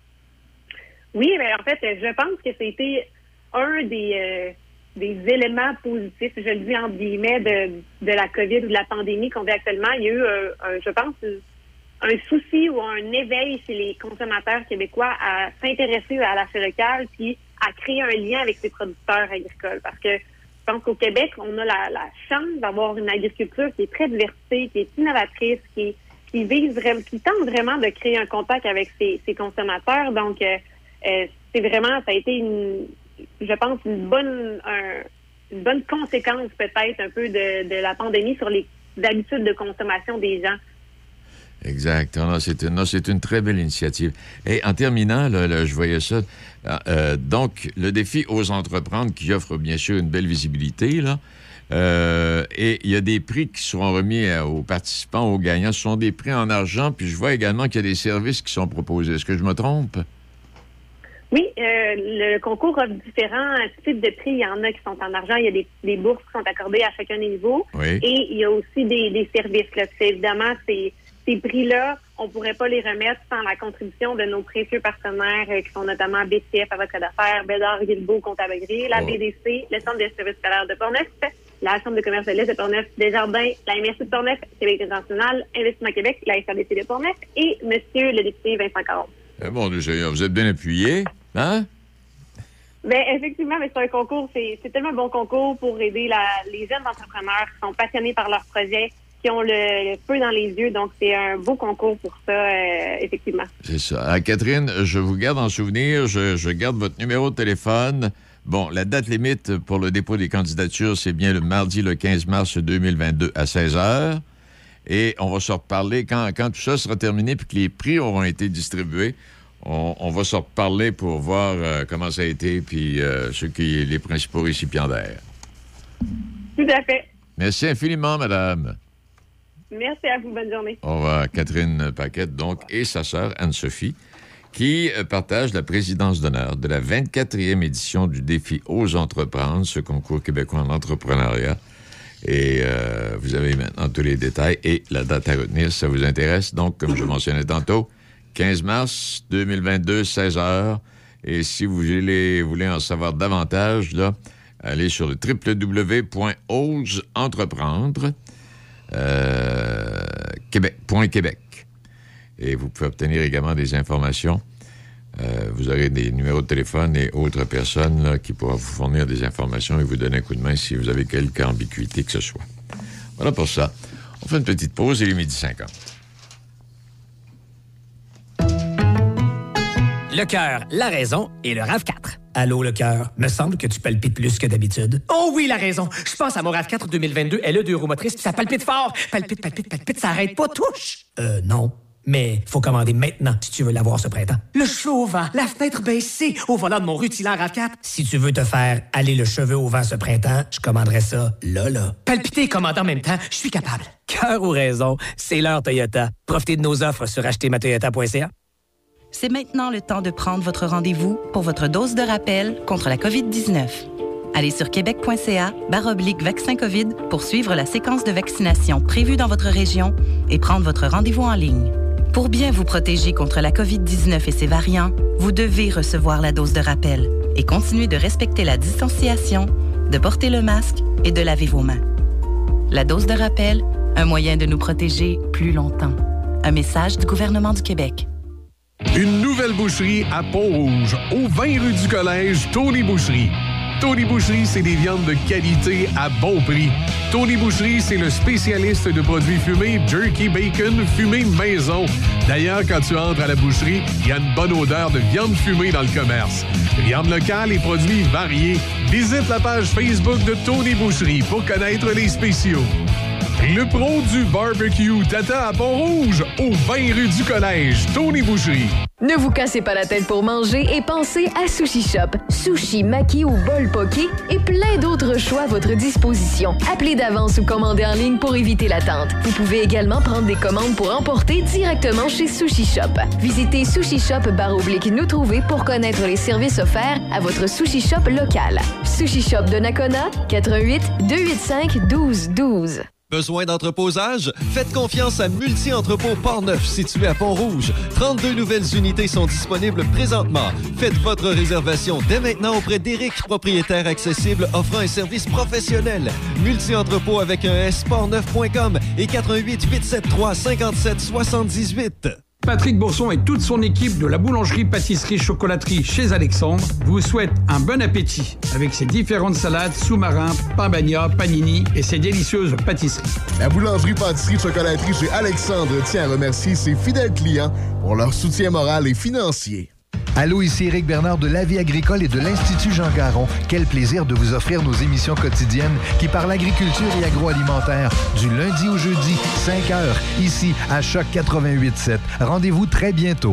Oui, mais en fait, je pense que c'était un des, euh, des éléments positifs, je le dis entre guillemets, de, de la COVID ou de la pandémie qu'on vit actuellement. Il y a eu, euh, un, je pense... un souci ou un éveil chez les consommateurs québécois à s'intéresser à l'achat local puis à créer un lien avec ces producteurs agricoles. Parce que je pense qu'au Québec, on a la, la chance d'avoir une agriculture qui est très diversifiée, qui est innovatrice, qui, qui vise vraiment, qui tente vraiment de créer un contact avec ses, ses consommateurs. Donc, euh, euh, c'est vraiment, ça a été une, je pense, une bonne, un, une bonne conséquence peut-être un peu de, de la pandémie sur les habitudes de consommation des gens. Exact. Non, c'est une, non, c'est une très belle initiative. Et en terminant, là, là, je voyais ça. Euh, donc, le défi aux entreprises qui offre bien sûr une belle visibilité, là. Euh, et il y a des prix qui seront remis à, aux participants, aux gagnants. Ce sont des prix en argent. Puis je vois également qu'il y a des services qui sont proposés. Est-ce que je me trompe? Oui, euh, le concours offre différents types de prix. Il y en a qui sont en argent. Il y a des, des bourses qui sont accordées à chacun des niveaux. Oui. Et il y a aussi des, des services. Là. C'est, évidemment, c'est Ces prix-là, on ne pourrait pas les remettre sans la contribution de nos précieux partenaires euh, qui sont notamment B C F, Avocat d'affaires, Bédard, Guilbeault, Comptabilité, la oh. B D C, le Centre de services scolaires de Portneuf, la Chambre de commerce de l'Est de Portneuf, Desjardins, la M R C de Portneuf, Québec international, Investissement Québec, la S A D C de Portneuf et Monsieur le député Vincent Caron. Eh bon, vous êtes bien appuyé, hein? Bien, effectivement, mais c'est un concours, c'est, c'est tellement un bon concours pour aider la, les jeunes entrepreneurs qui sont passionnés par leur projet, qui ont le, le feu dans les yeux. Donc, c'est un beau concours pour ça, euh, effectivement. C'est ça. Ah, Catherine, je vous garde en souvenir. Je, je garde votre numéro de téléphone. Bon, la date limite pour le dépôt des candidatures, c'est bien le mardi, le quinze mars deux mille vingt-deux à seize heures. Et on va se reparler quand, quand tout ça sera terminé puis que les prix auront été distribués. On, on va se reparler pour voir euh, comment ça a été puis euh, ceux qui les principaux récipiendaires. Tout à fait. Merci infiniment, madame. Merci à vous. Bonne journée. Au revoir. Catherine Paquette, donc, et sa sœur Anne-Sophie, qui partagent la présidence d'honneur de la vingt-quatrième édition du défi Aux entreprises, ce concours québécois en entrepreneuriat, Et euh, vous avez maintenant tous les détails et la date à retenir si ça vous intéresse. Donc, comme je mentionnais tantôt, quinze mars deux mille vingt-deux, seize heures. Et si vous voulez, voulez en savoir davantage, là, allez sur le w w w point ose entreprendre euh, Québec, point Québec. Et vous pouvez obtenir également des informations. Euh, vous aurez des numéros de téléphone et autres personnes là, qui pourront vous fournir des informations et vous donner un coup de main si vous avez quelque ambiguïté que ce soit. Voilà pour ça. On fait une petite pause et il est midi cinquante. Le cœur, la raison et le RAV quatre. Allô, le cœur? Me semble que tu palpites plus que d'habitude. Oh oui, la raison. Je pense à mon RAV quatre deux mille vingt-deux L E deux roues motrices, puis ça palpite fort. Palpite, palpite, palpite, ça arrête pas, touche. Euh, non. Mais faut commander maintenant si tu veux l'avoir ce printemps. Le cheveu au vent, la fenêtre baissée, au volant de mon rutilant RAV quatre. Si tu veux te faire aller le cheveu au vent ce printemps, je commanderais ça là, là. Palpiter et commander en même temps, je suis capable. Cœur ou raison, c'est l'heure Toyota. Profitez de nos offres sur acheter ma toyota point c a. C'est maintenant le temps de prendre votre rendez-vous pour votre dose de rappel contre la covid dix-neuf. Allez sur québec.ca barre oblique vaccin COVID pour suivre la séquence de vaccination prévue dans votre région et prendre votre rendez-vous en ligne. Pour bien vous protéger contre la covid dix-neuf et ses variants, vous devez recevoir la dose de rappel et continuer de respecter la distanciation, de porter le masque et de laver vos mains. La dose de rappel, un moyen de nous protéger plus longtemps. Un message du gouvernement du Québec. Une nouvelle boucherie à Pont-Rouge, au vingt rue du Collège, Tony Boucherie. Tony Boucherie, c'est des viandes de qualité à bon prix. Tony Boucherie, c'est le spécialiste de produits fumés, jerky, bacon, fumé maison. D'ailleurs, quand tu entres à la boucherie, il y a une bonne odeur de viande fumée dans le commerce. Viande locale et produits variés. Visite la page Facebook de Tony Boucherie pour connaître les spéciaux. Le pro du barbecue t'attend à Pont-Rouge, au vingt rue du Collège, Tony Boucherie. Ne vous cassez pas la tête pour manger et pensez à Sushi Shop. Sushi, maki ou bol poké et plein d'autres choix à votre disposition. Appelez d'avance ou commandez en ligne pour éviter l'attente. Vous pouvez également prendre des commandes pour emporter directement chez Sushi Shop. Visitez Sushi Shop barre oblique nous trouver pour connaître les services offerts à votre Sushi Shop local. Sushi Shop de Nakona, quatre un huit deux huit cinq un deux un deux. Besoin d'entreposage? Faites confiance à Multi-Entrepôt Port-Neuf, situé à Pont-Rouge. trente-deux nouvelles unités sont disponibles présentement. Faites votre réservation dès maintenant auprès d'Éric, propriétaire accessible offrant un service professionnel. Multi-Entrepôt avec un S, portneuf point com et quatre un huit huit sept trois cinq sept sept huit. Patrick Bourson et toute son équipe de la boulangerie-pâtisserie-chocolaterie chez Alexandre vous souhaitent un bon appétit avec ses différentes salades, sous-marins, pain bagna, panini et ses délicieuses pâtisseries. La boulangerie-pâtisserie-chocolaterie chez Alexandre tient à remercier ses fidèles clients pour leur soutien moral et financier. Allô, ici Éric Bernard de La Vie agricole et de l'Institut Jean Garon. Quel plaisir de vous offrir nos émissions quotidiennes qui parlent agriculture et agroalimentaire. Du lundi au jeudi, cinq heures, ici à Choc quatre-vingt-huit sept. Rendez-vous très bientôt.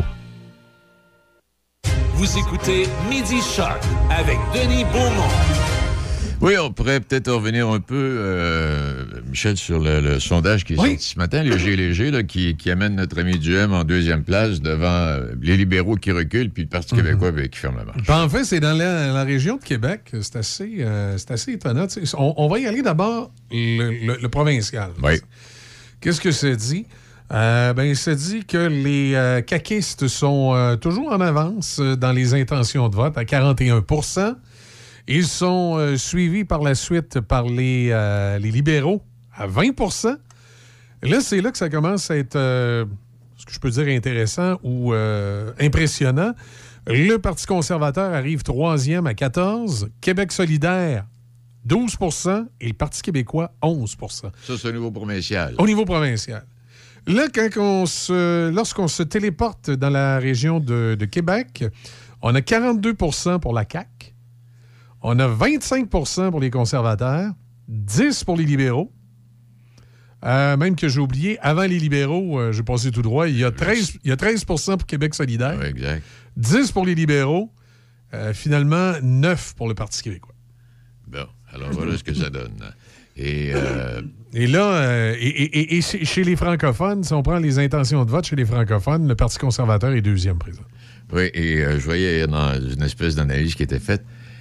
Vous écoutez Midi Choc avec Denis Beaumont. Oui, on pourrait peut-être revenir un peu, euh, Michel, sur le, le sondage qui est oui. sorti ce matin, Léger Léger, là, qui, qui amène notre ami Duhem en deuxième place devant euh, les libéraux qui reculent puis le Parti mm-hmm. québécois ben, qui ferme la marche. Ben, en fait, c'est dans la, la région de Québec. C'est assez, euh, c'est assez étonnant. On, on va y aller d'abord le, le, le provincial. Oui. Qu'est-ce que ça dit? Euh, ben, il se dit que les euh, caquistes sont euh, toujours en avance euh, dans les intentions de vote à quarante et un pour cent. Ils sont euh, suivis par la suite par les, euh, les libéraux à vingt pour cent. Là, c'est là que ça commence à être, euh, ce que je peux dire, intéressant ou euh, impressionnant. Le Parti conservateur arrive troisième à quatorze. Québec solidaire, douze pour cent. Et le Parti québécois, onze pour cent. Ça, c'est au niveau provincial. Au niveau provincial. Là, quand on se, lorsqu'on se téléporte dans la région de, de Québec, on a quarante-deux pour cent pour la C A Q. On a vingt-cinq pour cent pour les conservateurs, dix pour les libéraux. Euh, même que j'ai oublié, avant les libéraux, euh, j'ai passé tout droit, il y a treize, il y a treize pour cent pour Québec solidaire, oui, exact. dix pour les libéraux, euh, finalement neuf pour le Parti québécois. Bon, alors voilà ce que ça donne. Et, euh... et là, euh, et, et, et chez les francophones, si on prend les intentions de vote chez les francophones, le Parti conservateur est deuxième présent. Oui, et euh, je voyais dans une espèce d'analyse qui était faite,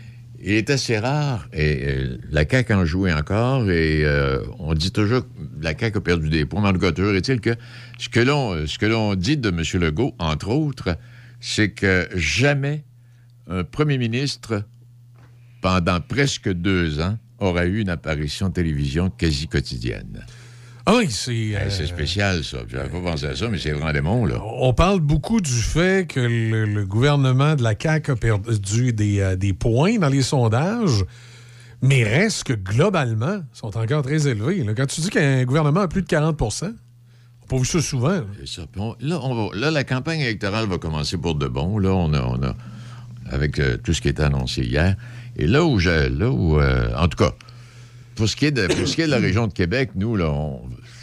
il est assez rare, et euh, la C A Q en jouait encore, et euh, on dit toujours que la C A Q a perdu des points. Mais en tout cas, toujours est-il que ce que l'on, ce que l'on dit de M. Legault, entre autres, c'est que jamais un premier ministre, pendant presque deux ans, aura eu une apparition de télévision quasi quotidienne. Ah oui, c'est... Euh, c'est spécial, ça. J'avais pas pensé à ça, mais c'est vraiment démon, là. On parle beaucoup du fait que le, le gouvernement de la C A Q a perdu des, euh, des points dans les sondages, mais reste que, globalement, sont encore très élevés. Là. Quand tu dis qu'un gouvernement a plus de quarante pour cent, on n'a pas vu ça souvent. Là, c'est ça. On, là, on va, là, la campagne électorale va commencer pour de bon. Là, on a... On a avec euh, tout ce qui était annoncé hier. Et là où... Je, là où euh, en tout cas... Pour ce, qui est de, pour ce qui est de la région de Québec, nous, là, on,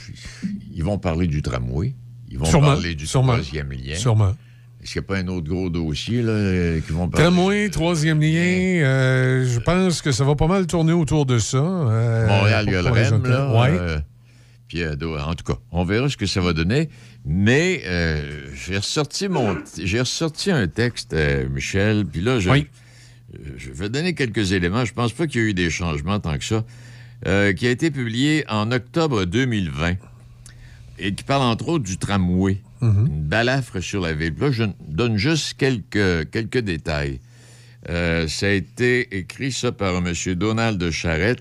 ils vont parler du tramway. Ils vont Sûrement. parler du Sûrement. troisième lien. Sûrement. Est-ce qu'il n'y a pas un autre gros dossier là, qui vont parler? Tramway, troisième lien, euh, je pense que ça va pas mal tourner autour de ça. Euh, Montréal, il y a le R E M, là. Ouais. Euh, puis, euh, en tout cas, on verra ce que ça va donner. Mais euh, j'ai ressorti mon, j'ai ressorti un texte, euh, Michel, puis là, je, oui. je vais donner quelques éléments. Je pense pas qu'il y a eu des changements tant que ça. Euh, qui a été publié en octobre deux mille vingt et qui parle entre autres du tramway, mm-hmm. une balafre sur la ville. Là, je donne juste quelques, quelques détails. Euh, ça a été écrit, ça, par M. Donald Charette,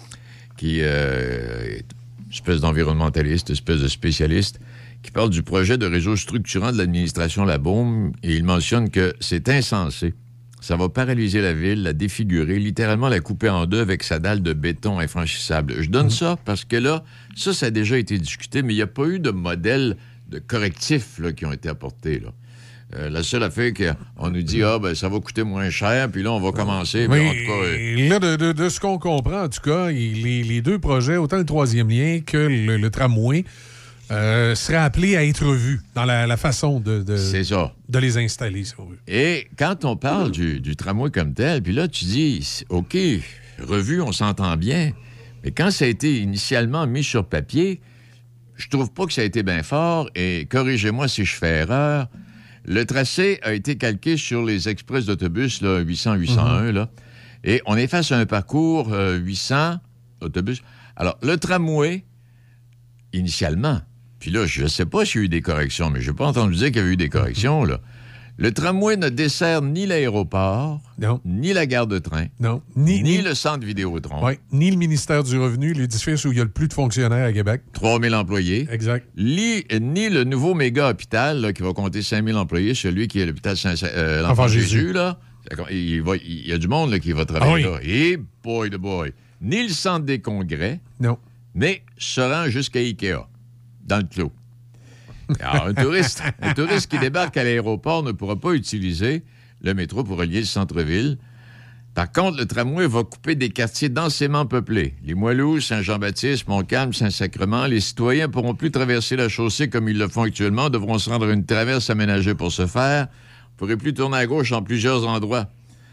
qui euh, est une espèce d'environnementaliste, espèce de spécialiste, qui parle du projet de réseau structurant de l'administration Labaume, et il mentionne que c'est insensé. Ça va paralyser la ville, la défigurer, littéralement la couper en deux avec sa dalle de béton infranchissable. Je donne mmh. ça parce que là, ça, ça a déjà été discuté, mais il n'y a pas eu de modèle de correctifs là, qui ont été apportés. Là. Euh, la seule affaire qu'on nous dit, ah, ben ça va coûter moins cher, puis là, on va commencer. Mais en tout cas, euh... là, de, de, de ce qu'on comprend, en tout cas, les, les deux projets, autant le troisième lien que le, le tramway, Euh, serait appelé à être vu dans la, la façon de, de, c'est ça. de les installer, si on veut. Et quand on parle du, du tramway comme tel, puis là, tu dis, OK, revu, on s'entend bien, mais quand ça a été initialement mis sur papier, je trouve pas que ça a été bien fort, et corrigez-moi si je fais erreur, le tracé a été calqué sur les express d'autobus là, huit cents huit cent un, mm-hmm. là, et on est face à un parcours euh, huit cents autobus. Alors, le tramway, initialement, puis là, je ne sais pas s'il y a eu des corrections, mais je n'ai pas entendu dire qu'il y avait eu des corrections, là. Le tramway ne dessert ni l'aéroport, non. ni la gare de train, non. Ni, ni, ni le centre Vidéotron. Oui, ni le ministère du Revenu, l'édifice où il y a le plus de fonctionnaires à Québec. trois mille employés. Exact. Li, ni le nouveau méga-hôpital, là, qui va compter cinq mille employés, celui qui est l'hôpital Saint- euh, l'Enfant Jésus, Jésus, là. Il, va, il y a du monde là, qui va travailler ah, oui. là. Et boy de boy. Ni le centre des congrès. Non. Mais se rend jusqu'à Ikea. Dans le clos. Alors, un touriste, un touriste qui débarque à l'aéroport ne pourra pas utiliser le métro pour relier le centre-ville. Par contre, le tramway va couper des quartiers densément peuplés. Les Moilous, Saint-Jean-Baptiste, Montcalm, Saint-Sacrement. Les citoyens ne pourront plus traverser la chaussée comme ils le font actuellement, devront se rendre à une traverse aménagée pour ce faire. On ne pourrait plus tourner à gauche en plusieurs endroits.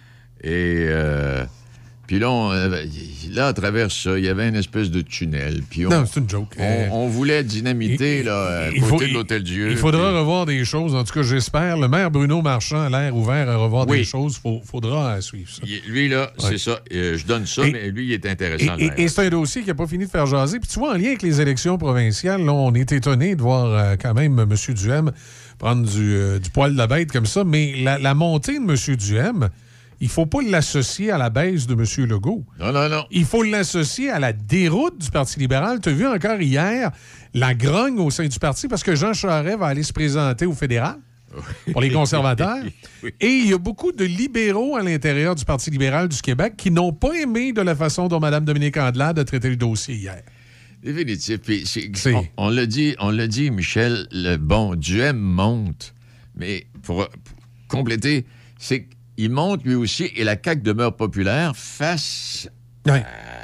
Et... Euh, Puis là, on, là, à travers ça, il y avait une espèce de tunnel. Puis on, non, c'est une joke. On, on voulait dynamiter il, là, à côté faut, de l'Hôtel-Dieu. Il faudra puis... revoir des choses. En tout cas, j'espère. Le maire Bruno Marchand a l'air ouvert à revoir oui. des choses. Il faudra suivre ça. Il, lui, là, ouais. c'est ça. Euh, je donne ça, et, mais lui, il est intéressant. Et, et, et c'est un dossier qui n'a pas fini de faire jaser. Puis tu vois, en lien avec les élections provinciales, là, on est étonné de voir euh, quand même M. Duhem prendre du, euh, du poil de la bête comme ça. Mais la, la montée de M. Duhem... il ne faut pas l'associer à la baisse de M. Legault. Non, non, non. Il faut l'associer à la déroute du Parti libéral. Tu as vu encore hier la grogne au sein du parti parce que Jean Charest va aller se présenter au fédéral pour les conservateurs. Oui. Et il y a beaucoup de libéraux à l'intérieur du Parti libéral du Québec qui n'ont pas aimé de la façon dont Mme Dominique Andelade a traité le dossier hier. Définitif. Puis c'est, c'est... On, on l'a dit, on l'a dit, Michel, le bon Duhem monte. Mais pour, pour compléter, c'est il monte lui aussi et la C A Q demeure populaire face oui.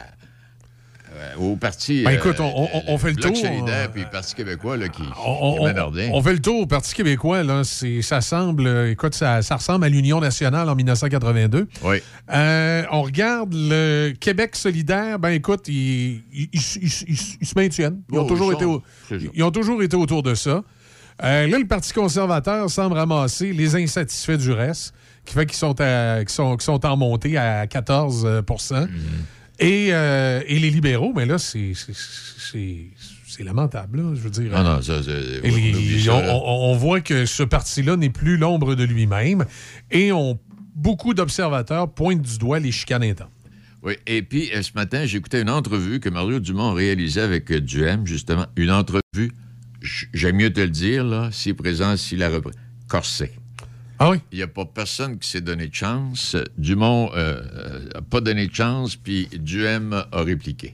à, au parti. Ben, écoute, on, on, on fait le, le tour. Bloc solidaire puis le Parti québécois là, qui, on, qui est on, on fait le tour au Parti québécois. Là, c'est, ça semble, écoute, ça, ça ressemble à l'Union nationale en dix-neuf cent quatre-vingt-deux. Oui. Euh, on regarde le Québec solidaire. Ben écoute, ils, ils, ils, ils, ils se maintiennent. Ils, oh, ont toujours été au, ils ont toujours été autour de ça. Euh, là, le Parti conservateur semble ramasser les insatisfaits du reste, qui fait qu'ils sont, à, qu'ils sont, qu'ils sont en montée à quatorze pour cent. Mm-hmm. Et, euh, et les libéraux, mais là, c'est, c'est, c'est, c'est lamentable, là, je veux dire. Non, non, ça, c'est... Et les, ça, on, on, on voit que ce parti-là n'est plus l'ombre de lui-même et on, beaucoup d'observateurs pointent du doigt les chicanes internes. Oui, et puis ce matin, j'écoutais une entrevue que Mario Dumont réalisait avec Duhem, justement. Une entrevue, j'aime mieux te le dire, là, s'il est présent, s'il a repris. Corset. Ah oui? Il n'y a pas personne qui s'est donné de chance. Dumont n'a euh, pas donné de chance, puis Duhem a répliqué.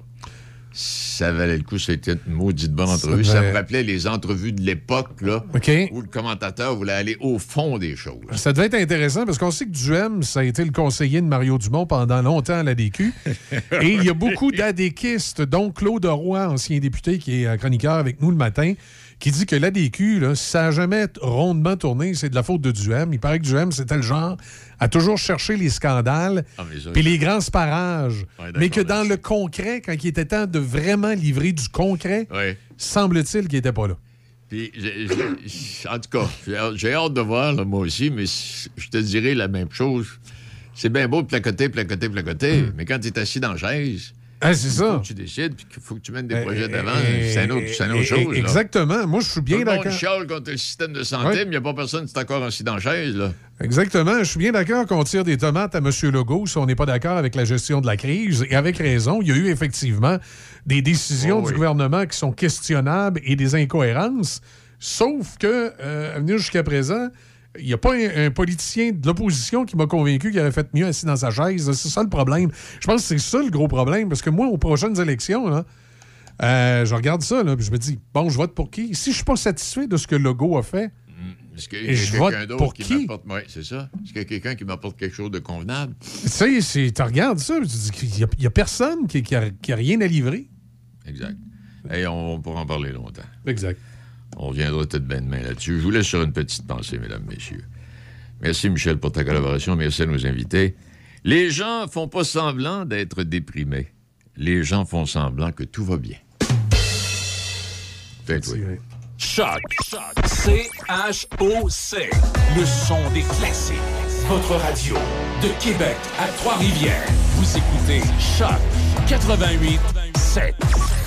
Ça valait le coup, c'était une maudite bonne entrevue. Ça, devait... ça me rappelait les entrevues de l'époque, là, okay. où le commentateur voulait aller au fond des choses. Ça devait être intéressant, parce qu'on sait que Duhem, ça a été le conseiller de Mario Dumont pendant longtemps à l'A D Q. Et il y a beaucoup d'adéquistes, dont Claude Roy, ancien député, qui est chroniqueur avec nous le matin, qui dit que l'A D Q, là, ça n'a jamais rondement tourné, c'est de la faute de Duhem. Il paraît que Duhem, c'était le genre à toujours chercher les scandales ah, puis les grands sparages. Ouais, mais que dans le concret, quand il était temps de vraiment livrer du concret, ouais. semble-t-il qu'il n'était pas là. Puis, j'ai, j'ai, en tout cas, j'ai, j'ai hâte de voir, là, moi aussi, mais je te dirais la même chose. C'est bien beau de placoter, placoter, placoter, mm. mais quand tu es assis dans la chaise... Ah, c'est ça. Il faut que tu décides, puis il faut que tu mènes des projets d'avant. C'est une autre, c'est une autre chose. Exactement. Là. Moi, je suis bien Tout d'accord. Tout le monde chiale contre le système de santé, oui. mais il n'y a pas personne qui est encore assis dans la chaise. Là. Exactement. Je suis bien d'accord qu'on tire des tomates à M. Legault si on n'est pas d'accord avec la gestion de la crise. Et avec raison, il y a eu effectivement des décisions oh, oui. du gouvernement qui sont questionnables et des incohérences. Sauf que, euh, à venir jusqu'à présent... Il n'y a pas un, un politicien de l'opposition qui m'a convaincu qu'il aurait fait mieux assis dans sa chaise. C'est ça le problème. Je pense que c'est ça le gros problème. Parce que moi, aux prochaines élections, là, euh, je regarde ça et je me dis, bon, je vote pour qui? Si je ne suis pas satisfait de ce que Legault a fait, mmh. Est-ce et je vote pour qui? qui? Oui, c'est ça. Est-ce qu'il y a quelqu'un qui m'apporte quelque chose de convenable? Tu sais, tu regardes ça, tu dis qu'il n'y a, y a personne qui n'a qui a rien à livrer. Exact. Et on, on pourra en parler longtemps. Exact. On reviendra peut-être bien demain là-dessus. Je vous laisse sur une petite pensée, mesdames, messieurs. Merci, Michel, pour ta collaboration. Merci à nos invités. Les gens font pas semblant d'être déprimés. Les gens font semblant que tout va bien. Faites-oui. Choc. Choc. C H O C. Le son des classiques. Votre radio. De Québec à Trois-Rivières. Vous écoutez Choc quatre-vingt-huit sept.